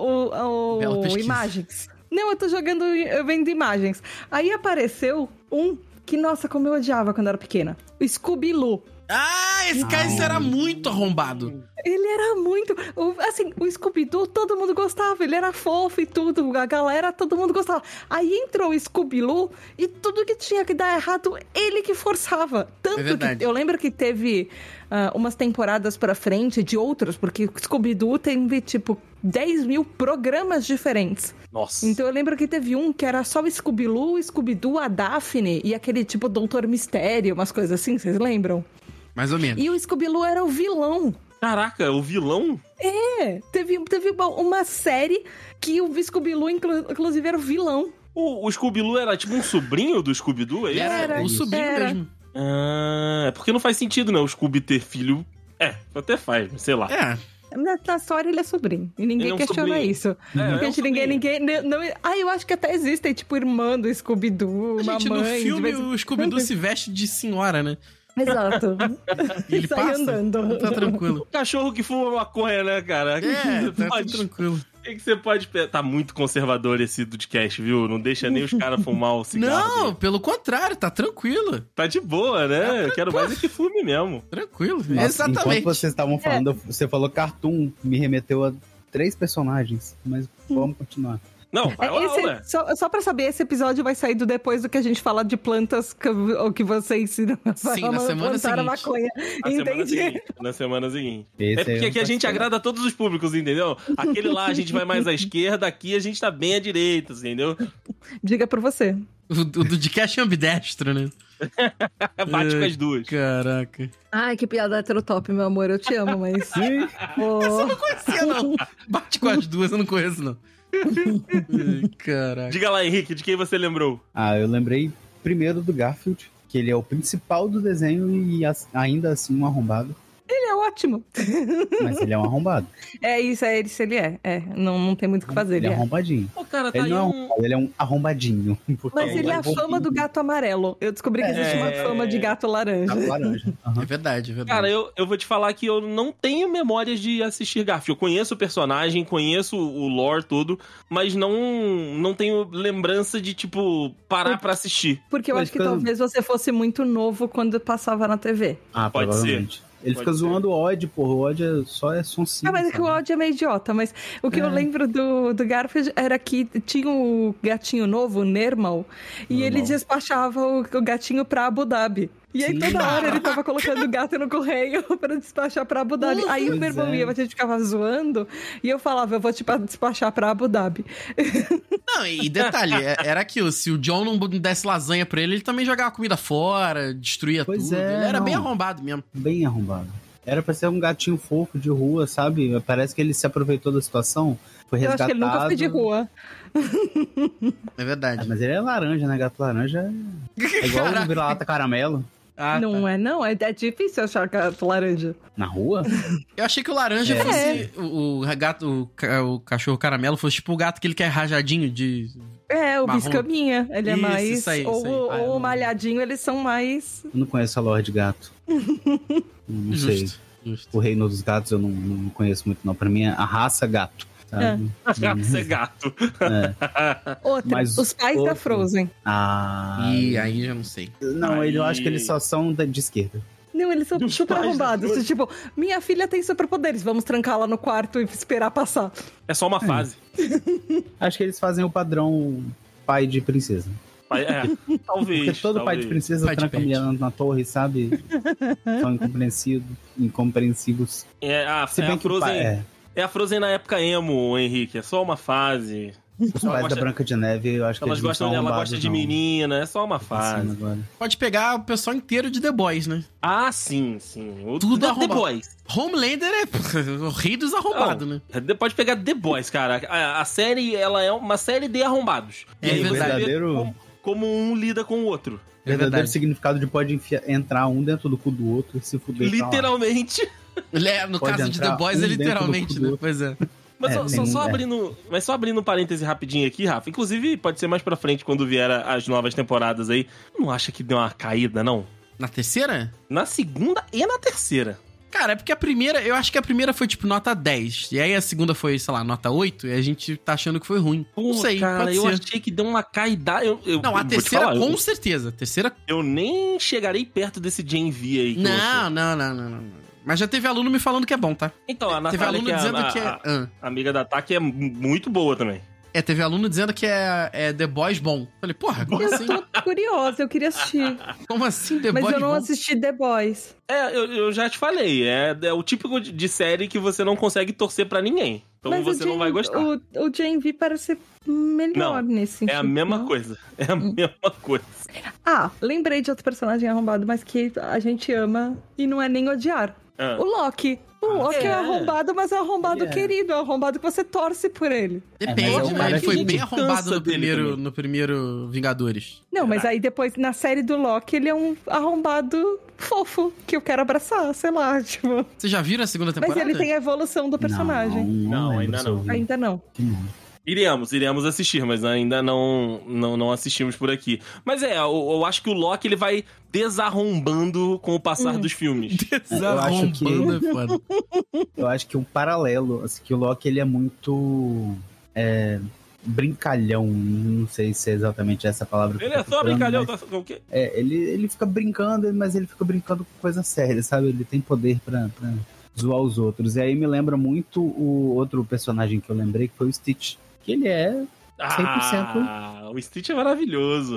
o, o imagens. Não, eu tô jogando, eu vendo imagens. Aí apareceu um que, nossa, como eu odiava quando eu era pequena. O Scooby-Loo. Ah, esse cara esse era muito arrombado. Ele era muito... O, assim, o Scooby-Doo, todo mundo gostava. Ele era fofo e tudo. A galera, todo mundo gostava. Aí entrou o Scooby-Doo e tudo que tinha que dar errado, ele que forçava. Tanto é que... Eu lembro que teve uh, umas temporadas pra frente de outros, porque o Scooby-Doo teve, tipo, dez mil programas diferentes. Nossa. Então eu lembro que teve um que era só o Scooby-Doo, o Scooby-Doo, a Daphne e aquele, tipo, Doutor Mistério, umas coisas assim, vocês lembram? Mais ou menos. E o Scooby-Doo era o vilão. Caraca, o vilão? É, teve, teve uma, uma série que o Scooby-Doo, inclu, inclusive, era o vilão. O, o Scooby-Doo era tipo um sobrinho do Scooby-Doo, é isso? Era, Era, o sobrinho era. mesmo. Ah, é porque não faz sentido, né? O Scooby ter filho. É, até faz, sei lá. É. Na, na história ele é sobrinho. E ninguém Ele é um questiona sobrinho. isso. É, Porque é um gente, ninguém, sobrinho. ninguém. Não, ah, eu acho que até existem, tipo, irmã do Scooby-Doo, uma Gente, mãe. no filme de vez... o Scooby-Doo se veste de senhora, né? Exato. E ele Sai passa, andando. tá tranquilo. Cachorro que fuma maconha, né, cara? É, tá Pode- tudo tranquilo. O que que você pode... pe- Tá muito conservador esse podcast, viu? Não deixa nem os caras fumar o cigarro. Não, dele. pelo contrário, tá tranquilo. Tá de boa, né? Eu quero mais é que fume mesmo. Tranquilo. Nossa, Exatamente. Enquanto vocês estavam falando, você falou cartoon, me remeteu a três personagens, mas vamos continuar. Não, vai lá, Esse- ué. só, só pra saber, esse episódio vai sair do depois do que a gente fala de plantas que, o que você ensina a Sim, na semana plantar a seguinte. maconha. Na semana Entendi. seguinte. Na semana seguinte. Esse É aí porque eu aqui a não gente posso agrada a todos os públicos, entendeu? Aquele lá a gente vai mais à esquerda, aqui a gente tá bem à direita, entendeu? Diga por você. O, o do Dcast é ambidestro, né? Bate com as duas. Caraca. Ai, que piada heterotop, meu amor. Eu te amo, mas... Pô. Conhecia, não. Bate com as duas, eu não conheço, não. Ai, caraca. Diga lá, Henrique, de quem você lembrou? Ah, eu lembrei primeiro do Garfield, que ele é o principal do desenho e as- ainda assim um arrombado. Ele é ótimo. Mas ele é um arrombado. É isso, é isso, ele é. É, não, não tem muito o que fazer, Ele ele é é. arrombadinho. Pô, cara, tá Ele aí não é um um... arrombado, ele é um arrombadinho. porque Mas ele é a um fama do gato amarelo. Eu descobri que existe uma É. fama de gato laranja. gato laranja. Aham. É verdade, é verdade. Cara, eu, eu vou te falar que eu não tenho memórias de assistir Garfield. Eu conheço o personagem, conheço o lore todo, mas não, não tenho lembrança de, tipo, parar pra assistir. Porque eu Mas acho que quando- talvez você fosse muito novo quando passava na T V. Ah, Pode provavelmente. Ele Pode fica ser. zoando o Odd, porra. O Odd é só é sonsinho. Ah, mas é que o sabe? Odd é meio idiota. Mas o que É. eu lembro do, do Garfield era que tinha o gatinho novo, o Nermal, e Normal. ele despachava o, o gatinho pra Abu Dhabi. E aí Sim. toda hora ele tava colocando o gato no correio pra despachar pra Abu Dhabi. Aí o Pois meu irmão é. ia, a gente ficava zoando, e eu falava, eu vou te pa- despachar pra Abu Dhabi. Não, e detalhe, é- era aquilo, se o John não desse lasanha pra ele, ele também jogava comida fora, destruía Pois tudo. é, ele era não. bem arrombado mesmo. Bem arrombado. Era pra ser um gatinho fofo de rua, sabe? Parece que ele se aproveitou da situação. Foi Eu acho resgatado. que ele nunca foi de rua. É verdade. É, mas ele é laranja, né? Gato laranja é igual Caraca. o vira-lata caramelo. Ah, não tá. é, não. É, é difícil achar gato laranja. Na rua? Eu achei que o laranja É. fosse o, o gato, o, ca- o cachorro caramelo fosse tipo o gato que ele quer rajadinho de... É, o Marrom. biscaminha. Ele é Isso, mais... isso aí, ou isso aí. ou Ah, eu o não- malhadinho, eles são mais... Eu não conheço a lore de gato. Não sei. Justo, justo. O reino dos gatos eu não, não conheço muito, não. Pra mim é a raça gato. Sabe? Você é gato. É. Outra, Mas os pais da outro- Frozen. Ah. Ih, aí já não sei. Não, Aí- eu acho que eles só são da- de esquerda. Não, eles são Dos super pais da arrombados. Frozen. Tipo, minha filha tem superpoderes, vamos trancá-la no quarto e esperar passar. É só uma fase. Acho que eles fazem o padrão pai de princesa. Pai- É, talvez. Porque todo pai de talvez. princesa Pai de tranca a pet. mulher na, na torre, sabe? São incompreensíveis. Incompreensíveis. É, a, Se é bem a que o Frozen. pai. É. É a Frozen na época emo, Henrique. É só uma fase. Os pais gosta- da Branca de Neve, eu acho que Elas eles não gostam, são ela arrombados, gosta de não. menina, é só uma Sim, fase. agora. Pode pegar o pessoal inteiro de The Boys, né? Ah, sim, sim. O Tudo The, The arrombado. Boys. Homelander é o rei dos arrombados, né? Não, pode pegar The Boys, cara. A, a série, ela é uma série de arrombados. É E aí você verdade. vê Verdadeiro- como, como um lida com o outro. É Verdadeiro verdade. significado de pode enfiar- entrar um dentro do cu do outro e se fuder. pra lá. Literalmente. É, no Pode caso de entrar The Boys um é dentro do literalmente, cu do né? outro. Pois é. Mas É, só, tem só, um- só é. abrindo, mas só abrindo um parêntese rapidinho aqui, Rafa. Inclusive, pode ser mais pra frente, quando vier a- as novas temporadas aí. Não acha que deu uma caída, não? Na terceira? Na segunda e na terceira. Cara, é porque a primeira, eu acho que a primeira foi tipo nota dez. E aí a segunda foi, sei lá, nota oito. E a gente tá achando que foi ruim. Pô, Não sei, cara, pode eu ser. achei que deu uma caída. Eu, eu, Não, a vou te terceira falar, com eu, certeza. A terceira. eu nem chegarei perto desse Gen V aí. que Não, lançou. não, não, não, não. Mas já teve aluno me falando que é bom, tá? Então, a Teve Natália, aluno que é a, dizendo a- que é. a- Ah. a amiga da Taki, é muito boa também. É, teve aluno dizendo que é, é The Boys bom. Falei, porra, como Eu assim? tô curiosa, eu queria assistir. Como assim The Mas Boys eu não bom? assisti The Boys. É, eu, eu já te falei, é, é o típico de- de série que você não consegue torcer pra ninguém. Então Mas você o não vai Gen- gostar. O, o Gen V parece ser melhor Não, nesse sentido. É a mesma não? coisa. É a mesma coisa. Ah, lembrei de outro personagem arrombado, mas que a gente ama e não é nem odiar. Ah. O Loki. O Loki é, é. arrombado, mas é arrombado Ele é. querido. É arrombado que você torce por ele. Depende, É, mas é o né? cara Ele que foi a gente bem arrombado cansa no dele primeiro, também. no primeiro Vingadores. Não, mas aí depois, na série do Loki, ele é um arrombado fofo, que eu quero abraçar, sei lá, tipo... Vocês já viram a segunda Mas temporada? ele tem a evolução do personagem. Não, Não, lembro ainda se eu não. vi. Ainda não. Não. Iremos, iremos assistir, mas ainda não, não, não assistimos por aqui. Mas é, eu, eu acho que o Loki ele vai desarrombando com o passar Hum. dos filmes. Desarrombando é foda. Eu acho que um paralelo, assim, que o Loki ele é muito é, brincalhão, não sei se é exatamente essa palavra. que Ele eu é tô só procurando, brincalhão, mas, tá com o quê? é, ele, ele fica brincando, mas ele fica brincando com coisa séria, sabe? Ele tem poder pra, pra zoar os outros. E aí me lembra muito o outro personagem que eu lembrei, que foi o Stitch. Que ele é cem por cento. Ah, o Stitch é maravilhoso.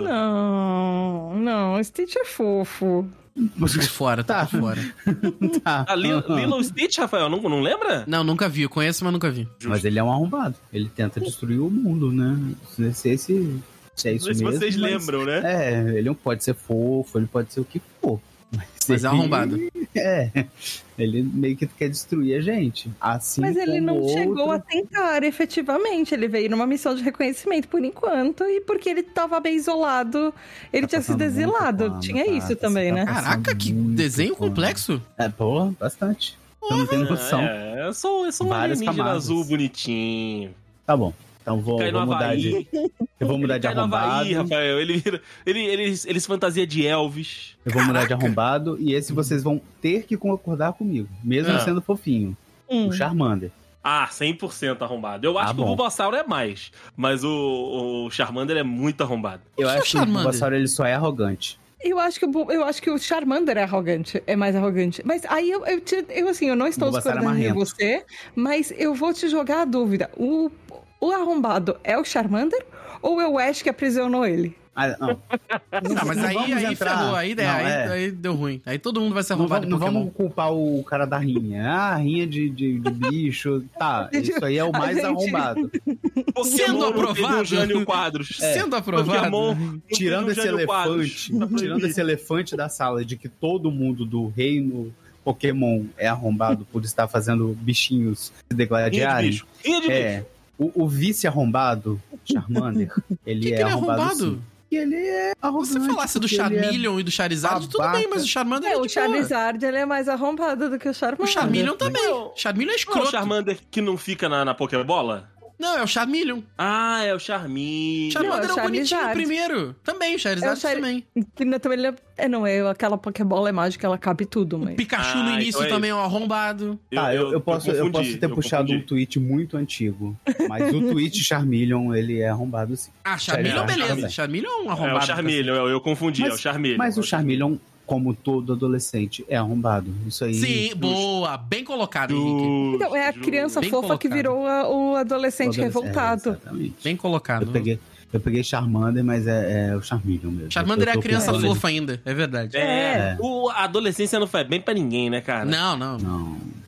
Não, não, o Stitch é fofo. Tô fora, tô Tá. fora. Tá. A Lilo, Lilo Stitch, Rafael, não, não lembra? Não, nunca vi. Eu conheço, mas nunca vi. Mas ele é um arrombado. Ele tenta destruir o mundo, né? Se, se, se, se é isso Não sei se mesmo. vocês mas- lembram, né? É, ele pode ser fofo, ele pode ser o que for. Mas, Mas é ele- arrombado. É, ele meio que quer destruir a gente. Assim Mas ele como não outro... chegou a tentar, efetivamente. Ele veio numa missão de reconhecimento por enquanto, e porque ele tava bem isolado, ele Tá tinha sido passando muito exilado. pano, Tinha tá? isso Você também, tá né? passando Caraca, que muito desenho pano. complexo. É, porra, bastante. Você não tem noção. É, eu sou, eu sou um Várias alienígena camadas. azul bonitinho. Tá bom. Então vou, Cai no vou mudar Havaí. de. Eu vou mudar Ele de cai no arrombado. Havaí, Rafael. Ele, vira- ele, ele, ele, ele se fantasia de Elvis. Eu vou mudar de Caraca. arrombado. E esse vocês vão ter que concordar comigo. Mesmo Ah. sendo fofinho. Hum. O Charmander. Ah, cem por cento arrombado. Eu acho Ah, que o bom. Bulbasaur é mais, mas o, o Charmander é muito arrombado. Eu que é acho que o Charmander? Bulbasaur ele só é arrogante. Eu acho, que o, Bu- eu acho que o Charmander é arrogante, é mais arrogante. Mas aí eu, eu, te- eu assim, eu não estou O Bulbasaur é discordando de marrento. você, mas eu vou te jogar a dúvida. O, o arrombado é o Charmander ou é o Ash que aprisionou ele? Ah, não. Ah, mas Não aí, vamos aí entrar- ferrou. Aí, Não, aí, é. aí deu ruim. Aí todo mundo vai ser Não, arrombado vamos, não em Pokémon. vamos culpar o cara da rinha. Ah, rinha de, de, de bicho. Tá, isso aí é o A mais gente- arrombado. Sendo Pokémon aprovado. perdeu Jânio Quadros. Sendo aprovado. Pokémon não Tirando perdeu esse Jânio Quadros. elefante, Tá tirando proibido. esse elefante da sala de que todo mundo do reino Pokémon é arrombado por estar fazendo bichinhos se Rinha de degladiarem. bicho. Rinha de bicho. É. O, o vice arrombado, Charmander, ele Que que é ele é arrombado. arrombado? sim. E ele é Se arrombado. você falasse do porque ele é- Charmeleon e do Charizard, tudo babaca. bem, mas o Charmander É, é o de boa. Charizard, ele é mais arrombado do que o Charmander. O Charmeleon também. Não. Charmeleon é Não é o escroto. Charmander que não fica na, na Pokébola? Não, é o Charmeleon. Ah, é o Charmin. Charmander Não, é é o o bonitinho Charizard. primeiro. Também, o Charizard É o Char- também. Que não, também ele é, é, não, é aquela Pokébola é mágica, ela cabe tudo, mas... Pikachu Ah, no início então é também é um arrombado. Tá, eu, eu posso, eu, confundi, posso ter eu puxado confundi. um tweet muito antigo, mas o tweet Charmeleon, ele é arrombado sim. Ah, Charmeleon, Charizard beleza. também. Charmeleon é um É arrombado. o Charmeleon, eu, eu confundi, Mas- é o Charmeleon. Mas o Charmeleon, como todo adolescente, é arrombado. Isso aí. Sim, boa. Bem colocado, Henrique. Então, é a Justo, criança Bem fofa que colocado. virou a- o adolescente Adolescente, revoltado. É, exatamente. Bem colocado. Eu peguei, eu peguei Charmander, mas é, é o Charmeleon mesmo. Charmander Eu é tô a criança com- fofa ainda, é verdade. É, É. o, a adolescência não faz bem pra ninguém, né, cara? Não, não. Não.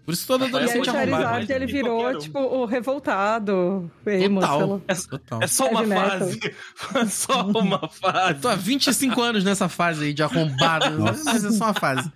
Por isso todo E aí o adolescente é arrombado. Charizard, ele Qualquer virou, um. tipo, o revoltado, emo, sei lá. Total. É, Total. é só uma Heavy metal. fase. Só uma fase. Tô há vinte e cinco anos nessa fase aí de arrombado, mas é só uma fase.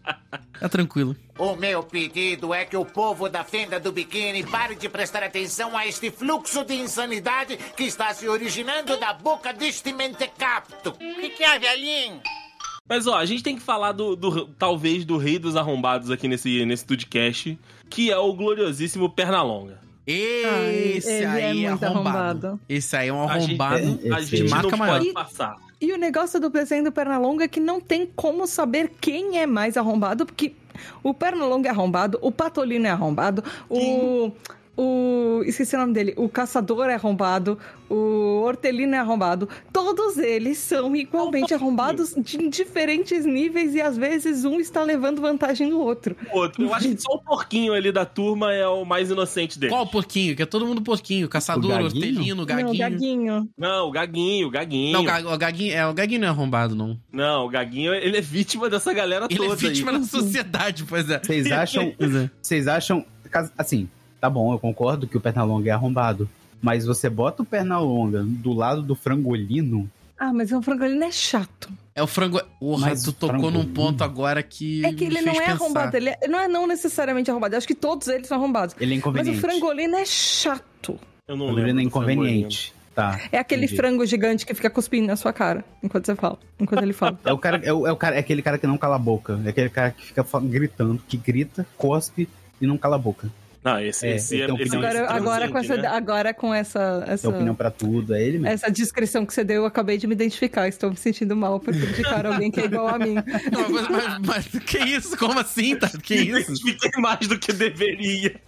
Tá tranquilo. O meu pedido é que o povo da fenda do biquíni pare de prestar atenção a este fluxo de insanidade que está se originando da boca deste mentecapto. O que, que é, velhinho? Mas ó, a gente tem que falar do, do talvez do rei dos arrombados aqui nesse, nesse Tudcast, que é o gloriosíssimo Pernalonga. Esse ele é aí é muito arrombado. arrombado. Esse aí é um A gente- arrombado. É, A esse gente aí. marca não maior. pode passar. E o negócio do desenho do Pernalonga é que não tem como saber quem é mais arrombado, porque o Pernalonga é arrombado, o Patolino é arrombado, o... O... Esqueci o nome dele. O Caçador é arrombado, o Hortelino é arrombado. Todos eles são igualmente arrombados de em diferentes níveis e às vezes um está levando vantagem do outro. O outro, eu acho que só o porquinho ali da turma é o mais inocente deles. Qual o porquinho? Que é todo mundo porquinho. Caçador, O Gaguinho? hortelino, gaguinho. Não, Gaguinho. Não, o Gaguinho, o Gaguinho. Não, o Ga- o Gaguinho, é, o Gaguinho não é arrombado, não. Não, o Gaguinho, ele é vítima dessa galera Ele toda é vítima aí. da sociedade, pois é. Vocês acham, Pois é. vocês acham, assim, tá bom, eu concordo que o Pernalonga é arrombado, mas você bota o Pernalonga do lado do Frangolino, Ah, mas o Frangolino é chato. É o frango... Porra, Mas tu o tocou frango- num ponto agora que É que ele me não fez é pensar. arrombado, ele é- não é não necessariamente arrombado. Eu acho que todos eles são arrombados. ele é Mas inconveniente. o Frangolino é chato. Eu O não Frangolino lembro é do Frangolino. inconveniente. Tá. É aquele entendi. frango gigante que fica cuspindo na sua cara enquanto você fala, enquanto ele fala. É o, cara, é, o, é, o cara, é aquele cara que não cala a boca. É aquele cara que fica fa- gritando, que grita, cospe e não cala a boca. Não, esse, É, esse ele é, tem esse opinião é Agora, esse agora, com essa, transcende, né? agora com essa, Tem essa, opinião pra tudo, é ele mesmo. essa descrição que você deu, eu acabei de me identificar. Estou me sentindo mal por criticar alguém que é igual a mim. Não, mas, mas- mas que isso? Como assim, tá? Que Me isso? identifiquei mais do que deveria.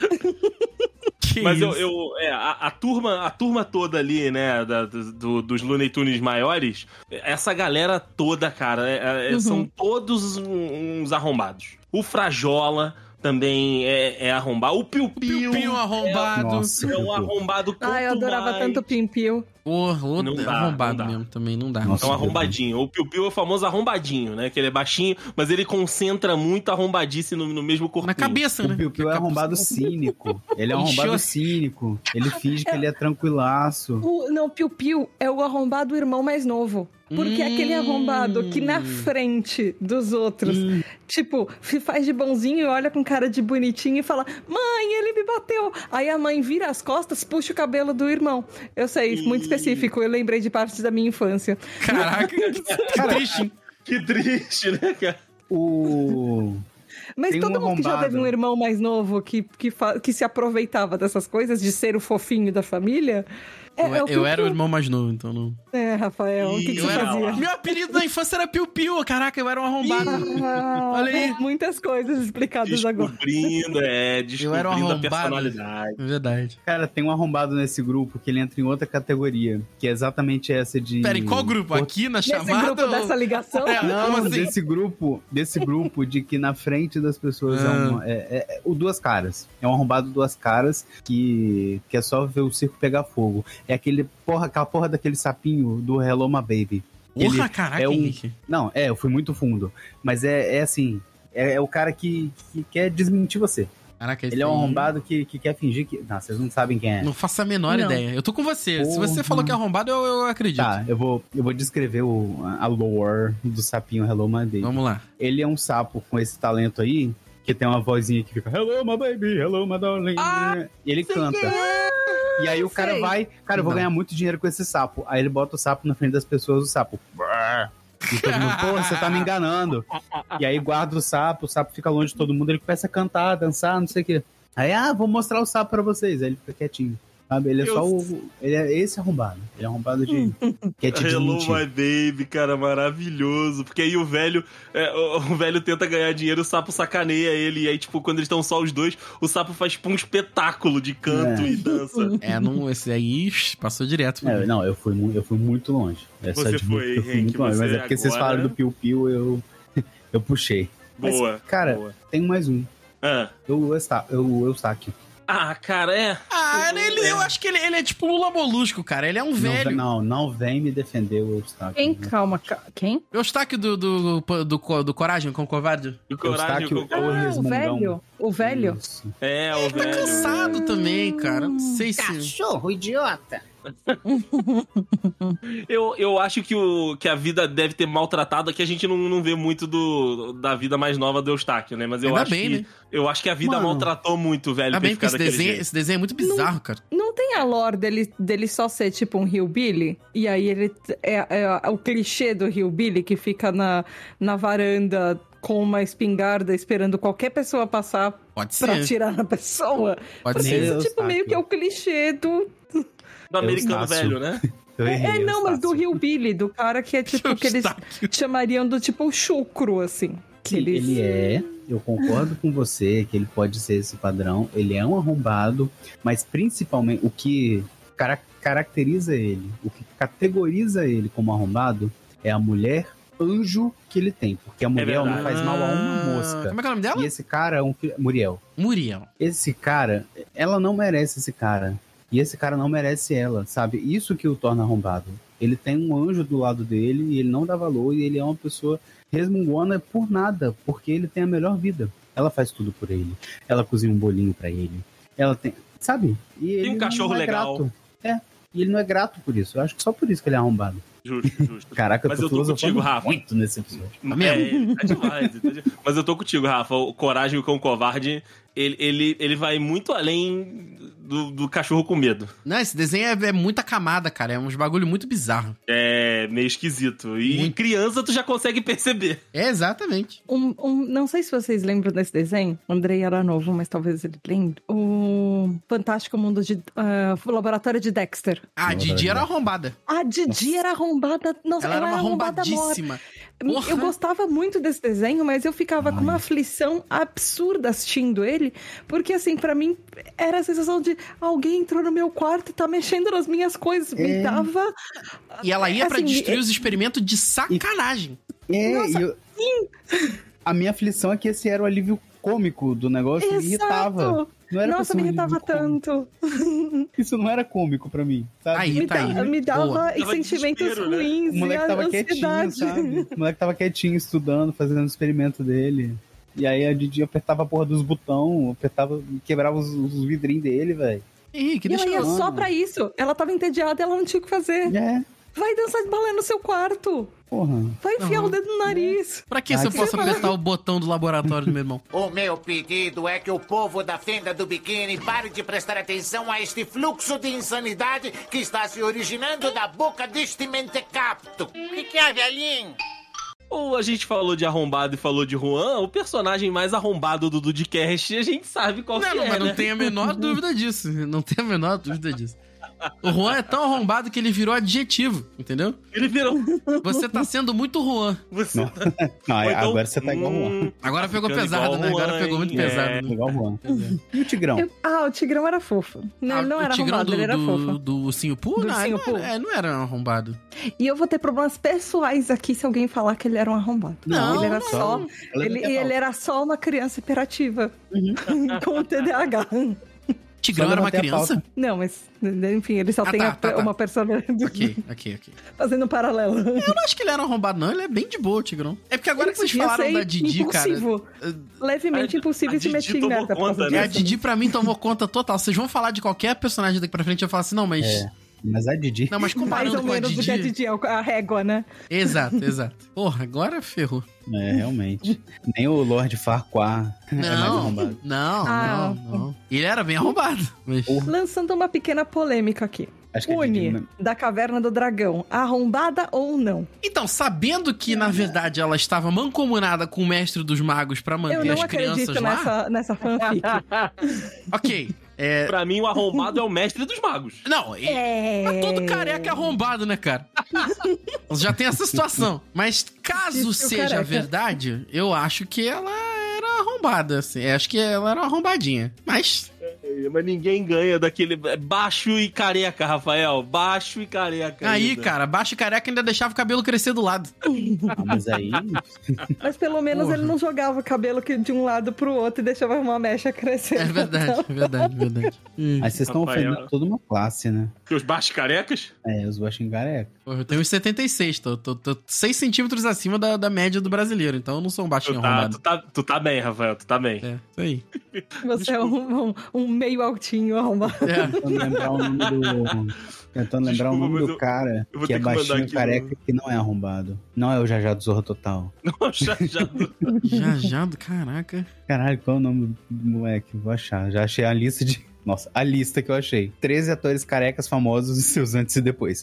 Que Mas eu, isso? eu é, a, a turma, a turma toda ali, né, da- do- dos Looney Tunes maiores, essa galera toda, cara, é- é- Uhum. são todos um- uns arrombados. O Frajola também é, é arrombado. O Piu Piu, Piu-piu arrombado. Nossa, é um Piu-piu. arrombado quanto Ah, eu adorava mais. tanto o Pimpio. Porra, outro Não dá, arrombado não dá. mesmo também, não dá. Nossa. É um arrombadinho. O Piu Piu é o famoso arrombadinho, né? Que ele é baixinho, mas ele concentra muito arrombadice no, no mesmo corpinho. Na cabeça, né? O Piu Piu é arrombado cínico. Ele é um Encheu arrombado a- cínico. Ele finge que ele é tranquilaço. O, não, o Piu Piu é o arrombado irmão mais novo. Porque é aquele Hum. arrombado que na frente dos outros, tipo, se faz de bonzinho e olha com cara de bonitinho e fala: mãe, ele me bateu. Aí a mãe vira as costas, puxa o cabelo do irmão. Eu sei, muito específico. Eu lembrei de parte da minha infância. Caraca, que, que triste, hein? Que triste, né, cara? O... Mas Tem todo um mundo que já arrombado. teve um irmão mais novo que, que, fa- que se aproveitava dessas coisas, de ser o fofinho da família. É, Eu, é o eu Piu era o Piu. irmão mais novo, então não. É, Rafael, o que, que Eu você era- fazia? Meu apelido na infância era Piu Piu. Caraca, eu era um arrombado. Ah, Olha aí. Muitas coisas explicadas agora. Descobrindo, é, Eu era um descobrindo a arrombado. personalidade. É verdade. Cara, tem um arrombado nesse grupo que ele entra em outra categoria, que é exatamente essa de... Pera, em qual grupo? Aqui na Nesse chamada? grupo ou- dessa ligação? É. Não, Como assim? desse grupo, desse grupo de que na frente das pessoas é, Ah. uma- é, é- é o duas caras. É um arrombado duas caras que, que é só ver o circo pegar fogo. É aquele porra, aquela porra daquele sapinho do Hello My Baby. Porra, Ele caraca, é um- Henrique. Não, é, eu fui muito fundo. Mas é, é assim, é, é o cara que, que quer desmentir você. Caraca, esse Ele é um aí- arrombado que, que quer fingir que... Não, vocês não sabem quem é. Não faço a menor Não. ideia. Eu tô com você. Se Porra. você falou que é arrombado, eu, eu acredito. Tá, eu vou, eu vou descrever o, a lore do sapinho Hello My Baby. Vamos lá. Ele é um sapo com esse talento aí, que tem uma vozinha que fica Hello my baby, hello my darling. E ele canta. E aí o cara sei. vai, cara, eu vou Não. ganhar muito dinheiro com esse sapo. Aí ele bota o sapo na frente das pessoas, o sapo. "Brrr". E todo mundo, pô, você tá me enganando. E aí guarda o sapo, o sapo fica longe de todo mundo, ele começa a cantar, dançar, não sei o quê. Aí, ah, vou mostrar o sapo pra vocês. Aí ele fica quietinho. Sabe? Ele é Eu só o. Ele é esse arrombado. Ele é arrombado de. Quer te Hello desmentir. My Baby, cara, maravilhoso. Porque aí o velho, é, o, o velho tenta ganhar dinheiro, o sapo sacaneia ele. E aí, tipo, quando eles estão só os dois, o sapo faz tipo um espetáculo de canto É. e dança. É, não, esse aí ixi, passou direto. É, não, eu fui, mu- eu fui muito longe. Essa Você de- foi, eu fui Henrique, muito longe. Mas você é porque vocês agora- falaram do Piu Piu, eu, eu puxei. Mas, Boa. cara, boa. tem mais um. Ah, Eu, Eusta- eu, Eustáquio. Ah, cara, é. Ah, ele, eu acho que ele, ele é tipo Lula Molusco, cara. Ele é um velho. Não, não, não vem me defender o Eustáquio. Quem? Calma, ca- quem? O Eustáquio do, do, do, do, do Coragem com o Covarde. O coragem, Eustáquio o é o Ah, o resmungão. velho. O velho. Isso. É, o Tá velho. cansado também, cara. Não sei se... Cachorro idiota. Eu, eu acho que, o, que a vida deve ter maltratado, que a gente não, não vê muito do, da vida mais nova do Eustáquio, né? Mas eu Ainda acho bem, que né? eu acho que a vida Mano. maltratou muito o velho. Tá ter bem, porque ficado esse daquele desenho, jeito. esse desenho é muito bizarro, cara. Não tem a lore dele, dele só ser tipo um hillbilly? E aí ele é, é o clichê do hillbilly que fica na, na varanda com uma espingarda esperando qualquer pessoa passar Pode pra ser. atirar na pessoa? Pode Porque ser. isso, Eustáquio. tipo, meio que é o clichê do... Do americano Eustácio. velho, né? Eu errei, É, não, mas do Eustácio. hillbilly, do cara que é tipo, que eles Eustáquio. chamariam do tipo o chucro, assim. Que Sim, eles... ele é, eu concordo com você que ele pode ser esse padrão, ele é um arrombado, mas principalmente o que cara- caracteriza ele, o que categoriza ele como arrombado é a mulher anjo que ele tem, porque a mulher não verdade. faz mal a uma Ah, mosca. Como é que é o nome dela? E esse cara é um filho... Muriel. Muriel. Esse cara, ela não merece esse cara. E esse cara não merece ela, sabe? Isso que o torna arrombado. Ele tem um anjo do lado dele e ele não dá valor e ele é uma pessoa resmungona por nada, porque ele tem a melhor vida. Ela faz tudo por ele. Ela cozinha um bolinho pra ele. Ela tem, sabe? E ele um não cachorro é legal. grato. É. E ele não é grato por isso. Eu acho que só por isso que ele é arrombado. Justo, justo. Caraca, Mas eu eu tô tô filosofando contigo, Rafa. muito nesse episódio. É, tá demais, tá demais. Mas eu tô contigo, Rafa. O Coragem com o Covarde, ele, ele, ele vai muito além do, do cachorro com medo. Não, esse desenho é, é muita camada, cara. É uns bagulho muito bizarro. É meio esquisito. E Muito. criança tu já consegue perceber. É, exatamente. Um, um- não sei se vocês lembram desse desenho. O Andrei era novo, mas talvez ele lembre. O Fantástico Mundo de... ah, o Laboratório de Dexter. Ah, a Didi era arrombada. A Didi era arrombada. Nossa, Ela era uma arrombada morta. arrombadíssima. Porra. Eu gostava muito desse desenho, mas eu ficava com uma aflição absurda assistindo ele, porque assim, pra mim, era a sensação de alguém entrou no meu quarto e tá mexendo nas minhas coisas. Me É. dava... E ela ia pra assim, destruir os experimentos de sacanagem. É, Nossa, e eu... A minha aflição é que esse era o alívio cômico do negócio, me irritava. Exato. Não era pra Nossa, ser um me alívio irritava cômico. tanto. Isso não era cômico pra mim, sabe? Aí, Me, tá da- aí. me dava Boa. Dava sentimentos desespero, né? ruins O moleque e tava ansiedade. quietinho, sabe? O moleque tava quietinho, estudando, fazendo o experimento dele. E aí a Didi apertava a porra dos botões, apertava, quebrava os, os vidrinhos dele, velho. Henrique, E ela deixa ia eu... só pra isso. Ela tava entediada e ela não tinha o que fazer. É, Vai dançar de balé no seu quarto. porra. Vai enfiar Uhum. o dedo no nariz. Pra que se eu Ah, posso apertar o botão do laboratório do meu irmão? O meu pedido é que o povo da fenda do biquíni pare de prestar atenção a este fluxo de insanidade que está se originando da boca deste mentecapto. O que, que é, velhinho? Ou a gente falou de arrombado e falou de Juan, o personagem mais arrombado do Dudcast, a gente sabe qual Não, que não, é, mas né? não tem a menor dúvida disso. Não tem a menor dúvida disso. O Juan é tão arrombado que ele virou adjetivo, entendeu? Ele virou... Você tá sendo muito Juan. Você Não. tá... Não, Ou então, agora você tá igual o Juan. hum, Agora pegou ficando pesado, igual né? o Agora Juan, pegou muito hein? pesado, É. né? Igual o Juan. E o Tigrão? Eu- ah, o Tigrão era fofo. Não, Ah, ele não o era Tigrão arrombado, do, ele era do, fofo. do Ursinho Poo? Do Não, Ursinho ele não, era, Poo. é, não era arrombado. E eu vou ter problemas pessoais aqui se alguém falar que ele era um arrombado. Não, ele era não. só. Ela Ele, não quer ele era só uma criança hiperativa. Com T D A H. Tigrão Só era uma levantar a criança? pauta. Não, mas, enfim, ele só Ah, tem tá, a- tá, tá. uma personalidade. Ok, ok, ok. Fazendo um paralelo. Eu não acho que ele era arrombado, não. Ele é bem de boa, o Tigrão. É porque agora Ele que vocês podia falaram ser da Didi, cara... impulsivo. Levemente A- impulsivo a e se Didi metia em tomou merda por causa conta, É, né? a disso. Didi pra mim tomou conta total. Vocês vão falar de qualquer personagem daqui pra frente, eu falo assim, não, mas... É. Mas a Didi... Não, mas Mais comparando ou com a menos do que a Didi... Didi, a régua, né? Exato, exato. Porra, agora ferrou. É, realmente. Nem o Lord Farquaad é mais Não, arrombado. não, Ah. não, não. Ele era bem arrombado. Mas... Lançando uma pequena polêmica aqui. Acho que a Didi... Uni, da Caverna do Dragão, arrombada ou não? Então, sabendo que, na verdade, ela estava mancomunada com o Mestre dos Magos pra Eu manter não as crianças acredito lá... nessa, nessa fanfic. Ok, é... Pra mim, o arrombado é o mestre dos magos. Não, e- É. mas todo careca é arrombado, né, cara? Já tem essa situação. Mas caso Difícil seja careca. verdade, eu acho que ela era arrombada, assim. Eu acho que ela era uma arrombadinha. Mas mas ninguém ganha daquele baixo e careca, Rafael. Baixo e careca. Aí, ainda. cara, baixo e careca ainda deixava o cabelo crescer do lado. Ah, mas aí... Mas pelo menos Porra. ele não jogava o cabelo que- de um lado pro outro e deixava uma mecha crescer. É verdade, é verdade, é verdade. Hum. Aí vocês estão Rafael. ofendendo toda uma classe, né? Que os baixos carecas? É, os baixinhos careca. Porra, eu tenho uns setenta e seis, tô, tô, tô seis centímetros acima da, da média do brasileiro, então eu não sou um baixinho Tu tá, arrombado. tu, tá, tu tá bem, Rafael, tu tá bem. É, isso aí. Você é um, um- um meio altinho, arrombado. É. Tentando lembrar o nome do... Tentando lembrar Desculpa, o nome mas do eu- cara eu vou que é ter que mandar baixinho aqui careca no- que não é arrombado. Não é o Jajá do Zorro Total. Não, já, já... Já, já, do caraca. Caralho, qual é o nome do moleque? Vou achar. Já achei a lista de... Nossa, a lista que eu achei. treze atores carecas famosos e seus antes e depois.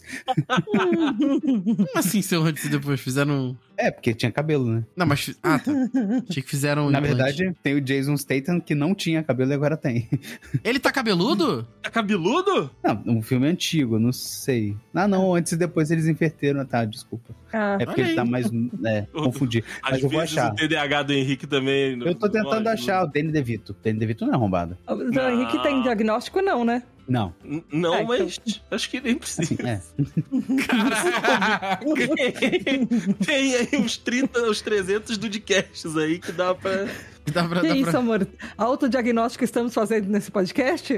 Como assim, seu antes e depois fizeram... É, porque tinha cabelo, né? Não, mas... Ah, tá. Achei que fizeram... Na implante. verdade, tem o Jason Statham que não tinha cabelo e agora tem. Ele tá cabeludo? Tá cabeludo? Não, um filme antigo, não sei. Ah, não, antes e depois eles inverteram. Tá, desculpa. Ah, É porque Olha ele tá aí. mais... É, confundi. Às Mas eu vou vezes achar. o T D A H do Henrique também... Eu tô tentando não achar o Danny DeVito. Danny DeVito não é arrombado. o Henrique tem diagnóstico, não, né? Não. N- Não, Ah, então- mas acho que nem precisa. É. Caraca! Tem aí uns trinta, uns trezentos Dudcasts aí que dá pra... Dá pra, Que dá isso, pra... amor? Autodiagnóstico estamos fazendo nesse podcast?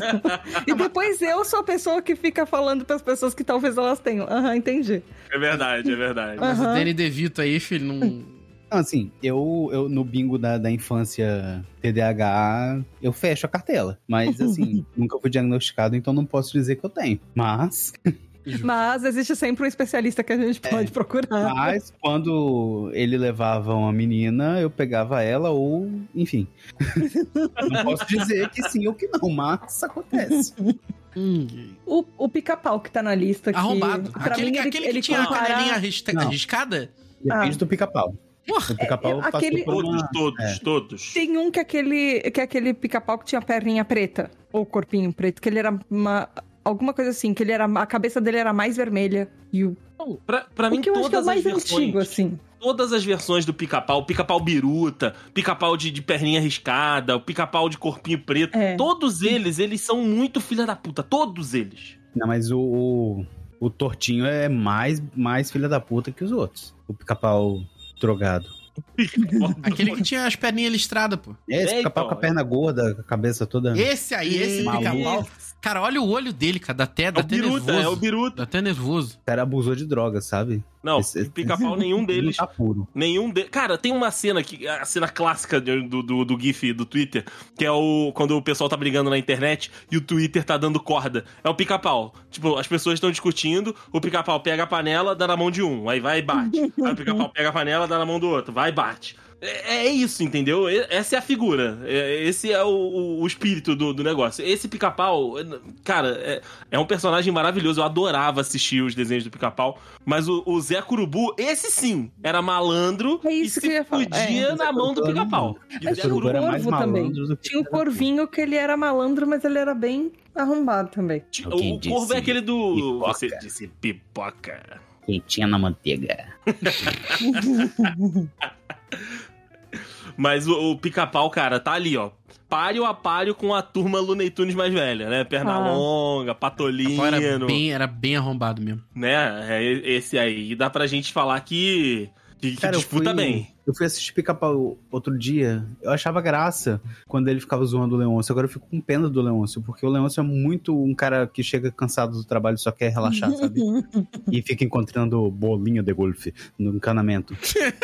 E depois eu sou a pessoa que fica falando pras pessoas que talvez elas tenham. Aham, entendi. É verdade, é verdade. Mas o Aham. Danny DeVito aí, filho, não... Não, assim, eu, eu no bingo da, da infância T D A H, eu fecho a cartela. Mas, assim, nunca fui diagnosticado, então não posso dizer que eu tenho. Mas, Mas existe sempre um especialista que a gente pode procurar. mas quando ele levava uma menina, eu pegava ela ou, enfim. Não posso dizer que sim ou que não, mas acontece. Hum, O, o pica-pau que tá na lista aqui. arrombado. Pra Aquele, mim, ele, aquele ele que tinha a compara- canelinha arrisca- Não. arriscada? Depende Ah. do pica-pau. Porra! O pica-pau É, passou aquele- por Todos, uma... todos, é. todos. Tem um que é aquele, que é aquele pica-pau que tinha a perninha preta. Ou corpinho preto, que ele era uma... Alguma coisa assim, que ele era... A cabeça dele era mais vermelha. E o... Pra, pra mim, o que eu acho que é o todas mais as versões... antigo, assim. Todas as versões do pica-pau, pica-pau biruta, pica-pau de, de perninha arriscada, o pica-pau de corpinho preto, É. todos eles, eles são muito filha da puta, todos eles. Não, mas o, o, o tortinho é mais, mais filha da puta que os outros. O pica-pau drogado. Aquele que tinha as perninhas listradas, pô. Esse É, pica-pau então, com a perna gorda, com a cabeça toda... Esse aí, esse Maluco. pica-pau. Cara, olha o olho dele, cara. Dá até, É dá o até biruta, nervoso. é o biruta. Dá até nervoso. O cara abusou de droga, sabe? Não, Esse- pica-pau, nenhum deles. Não tá puro. Nenhum de... Cara, tem uma cena que a cena clássica do, do, do GIF do Twitter, que é o quando o pessoal tá brigando na internet e o Twitter tá dando corda. É o pica-pau. Tipo, as pessoas estão discutindo, o pica-pau pega a panela, dá na mão de um, aí vai e bate. Aí o pica-pau pega a panela, dá na mão do outro, vai e bate. É, é isso, entendeu? E- Essa é a figura. É- esse é o, o- o espírito do, do negócio. Esse pica-pau, é- cara, é, é um personagem maravilhoso. Eu adorava assistir os desenhos do pica-pau. Mas o, o Zé Curubu, esse sim, era malandro É isso e que eu se ia falar. fudia É. na mão do pica-pau. E Mas Zé tinha o Curubu era mais Corvo também. malandro do que Tinha o Corvinho que ele era malandro, mas ele era bem arrombado também. Ti- Alguém O Corvo disse é aquele do. pipoca. Você disse pipoca. Quentinha na manteiga. Mas o, o pica-pau, cara, tá ali, ó. Páreo a páreo com a turma Looney Tunes mais velha, né? Perna Ah. longa, Pica-pau era patolino, bem, era bem arrombado mesmo. né? É esse aí. E dá pra gente falar que, que, que Cara, eu disputa fui- bem. Eu fui assistir Pica-Pau outro dia. Eu achava graça quando ele ficava zoando o Leôncio. Agora eu fico com pena do Leôncio, porque o Leôncio é muito um cara que chega cansado do trabalho e só quer relaxar, sabe? E fica encontrando bolinha de golfe no encanamento.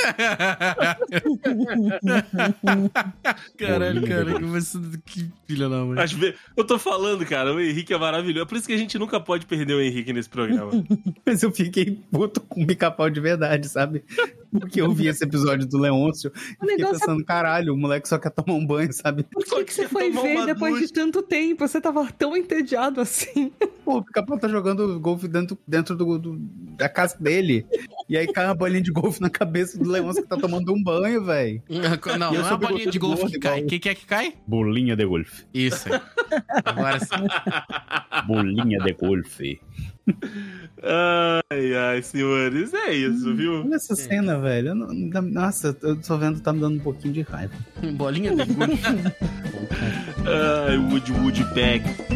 Caralho, Bolinha, cara, que você... Que filha da mãe. Às vezes, eu tô falando, cara, o Henrique é maravilhoso. É por isso que a gente nunca pode perder o Henrique nesse programa. Mas eu fiquei puto com Pica-Pau de verdade, sabe? Porque eu vi esse episódio do Leôncio e fiquei negócio é- pensando, caralho, o moleque só quer tomar um banho, sabe? Por Só que, que você quer foi tomar ver uma depois ducha. de tanto tempo? Você tava tão entediado assim. Pô, o Pica-Pau tá jogando golfe dentro, dentro do, do- da casa dele. E aí cai uma bolinha de golfe na cabeça do Leôncio que tá tomando um banho, velho. Não, E eu não é sou a bolinha de bigotudo golfe gordo que cai. igual- O que, que é que cai? Bolinha de golfe. Isso aí. Agora sim. Bolinha de golfe. Ai, ai, senhores, é isso, viu? Olha essa cena, velho. Eu não- Nossa, eu tô vendo, tá me dando um pouquinho de raiva. Bolinha de golfe. Ai, Woody Woodpeck.